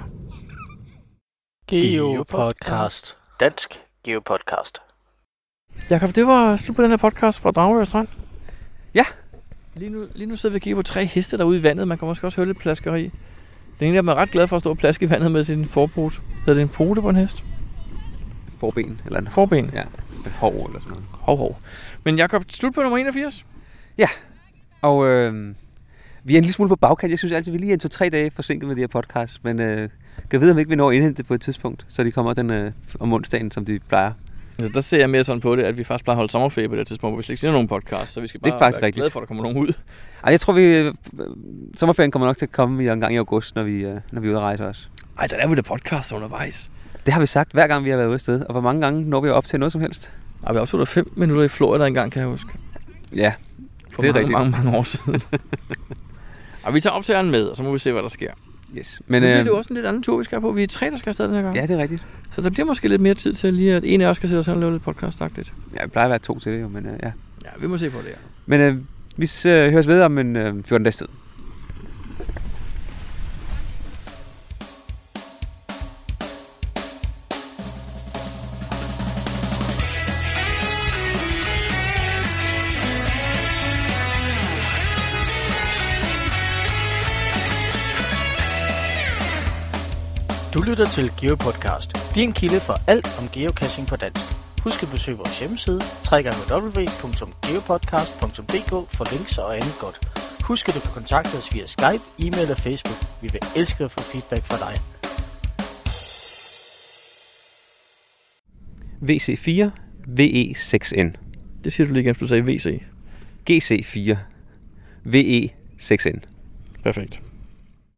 GeoPodcast. Dansk GeoPodcast. Jakob, det var slut på den her podcast fra Dragør Strand. Ja. Lige nu sidder vi og kigger på 3 heste derude i vandet. Man kan måske også høre lidt plaskeri. Den ene af dem er ret glad for at stå og plaske i vandet med sin forpote. Hedder det en pote på en hest? Forben, eller en forben. Ja, et hov eller sådan noget. Hov. Men Jakob, slut på nummer 81. Ja, og vi er en lille smule på bagkant. Jeg synes altid, vi lige er 2-3 dage forsinket med de her podcast. Men kan vide, om ikke vi når at indhente det på et tidspunkt, så de kommer om onsdagen, som de plejer. Altså, der ser jeg mere sådan på det, at vi faktisk plejer at holde sommerferie på det tidspunkt, hvor vi slet ikke siger nogen podcast, så vi skal bare være glade for, at der kommer nogen ud. Ej, jeg tror, sommerferien kommer nok til at komme en gang i august, når vi er ude at rejse også. Ej, der er vi da podcast undervejs. Det har vi sagt, hver gang vi har været ude afsted. Og hvor mange gange når vi op til noget som helst? Ej, vi optog 5 minutter i Florida engang, kan jeg huske. Ja, for det er mange år siden. Og vi tager optageren med, og så må vi se, hvad der sker. Yes. Men nu bliver det jo også en lidt anden tur, vi skal på. Vi er 3, der skal afsted den her gang. Ja, det er rigtigt. Så der bliver måske lidt mere tid til lige, at en af os skal sætte os og lave lidt podcast-agtigt. Ja, vi plejer at være 2 til det jo, men ja. Ja, vi må se på det, ja. Men vi høres ved om en 14 dages tid. Du lytter til GeoPodcast, din kilde for alt om geocaching på dansk. Husk at besøge vores hjemmeside, www.geopodcast.dk for links og andet godt. Husk at du kan kontakte os via Skype, e-mail og Facebook. Vi vil elske at få feedback fra dig. VC4 VE6N. Det siger du lige igen, du sagde VC. GC4 VE6N. Perfekt.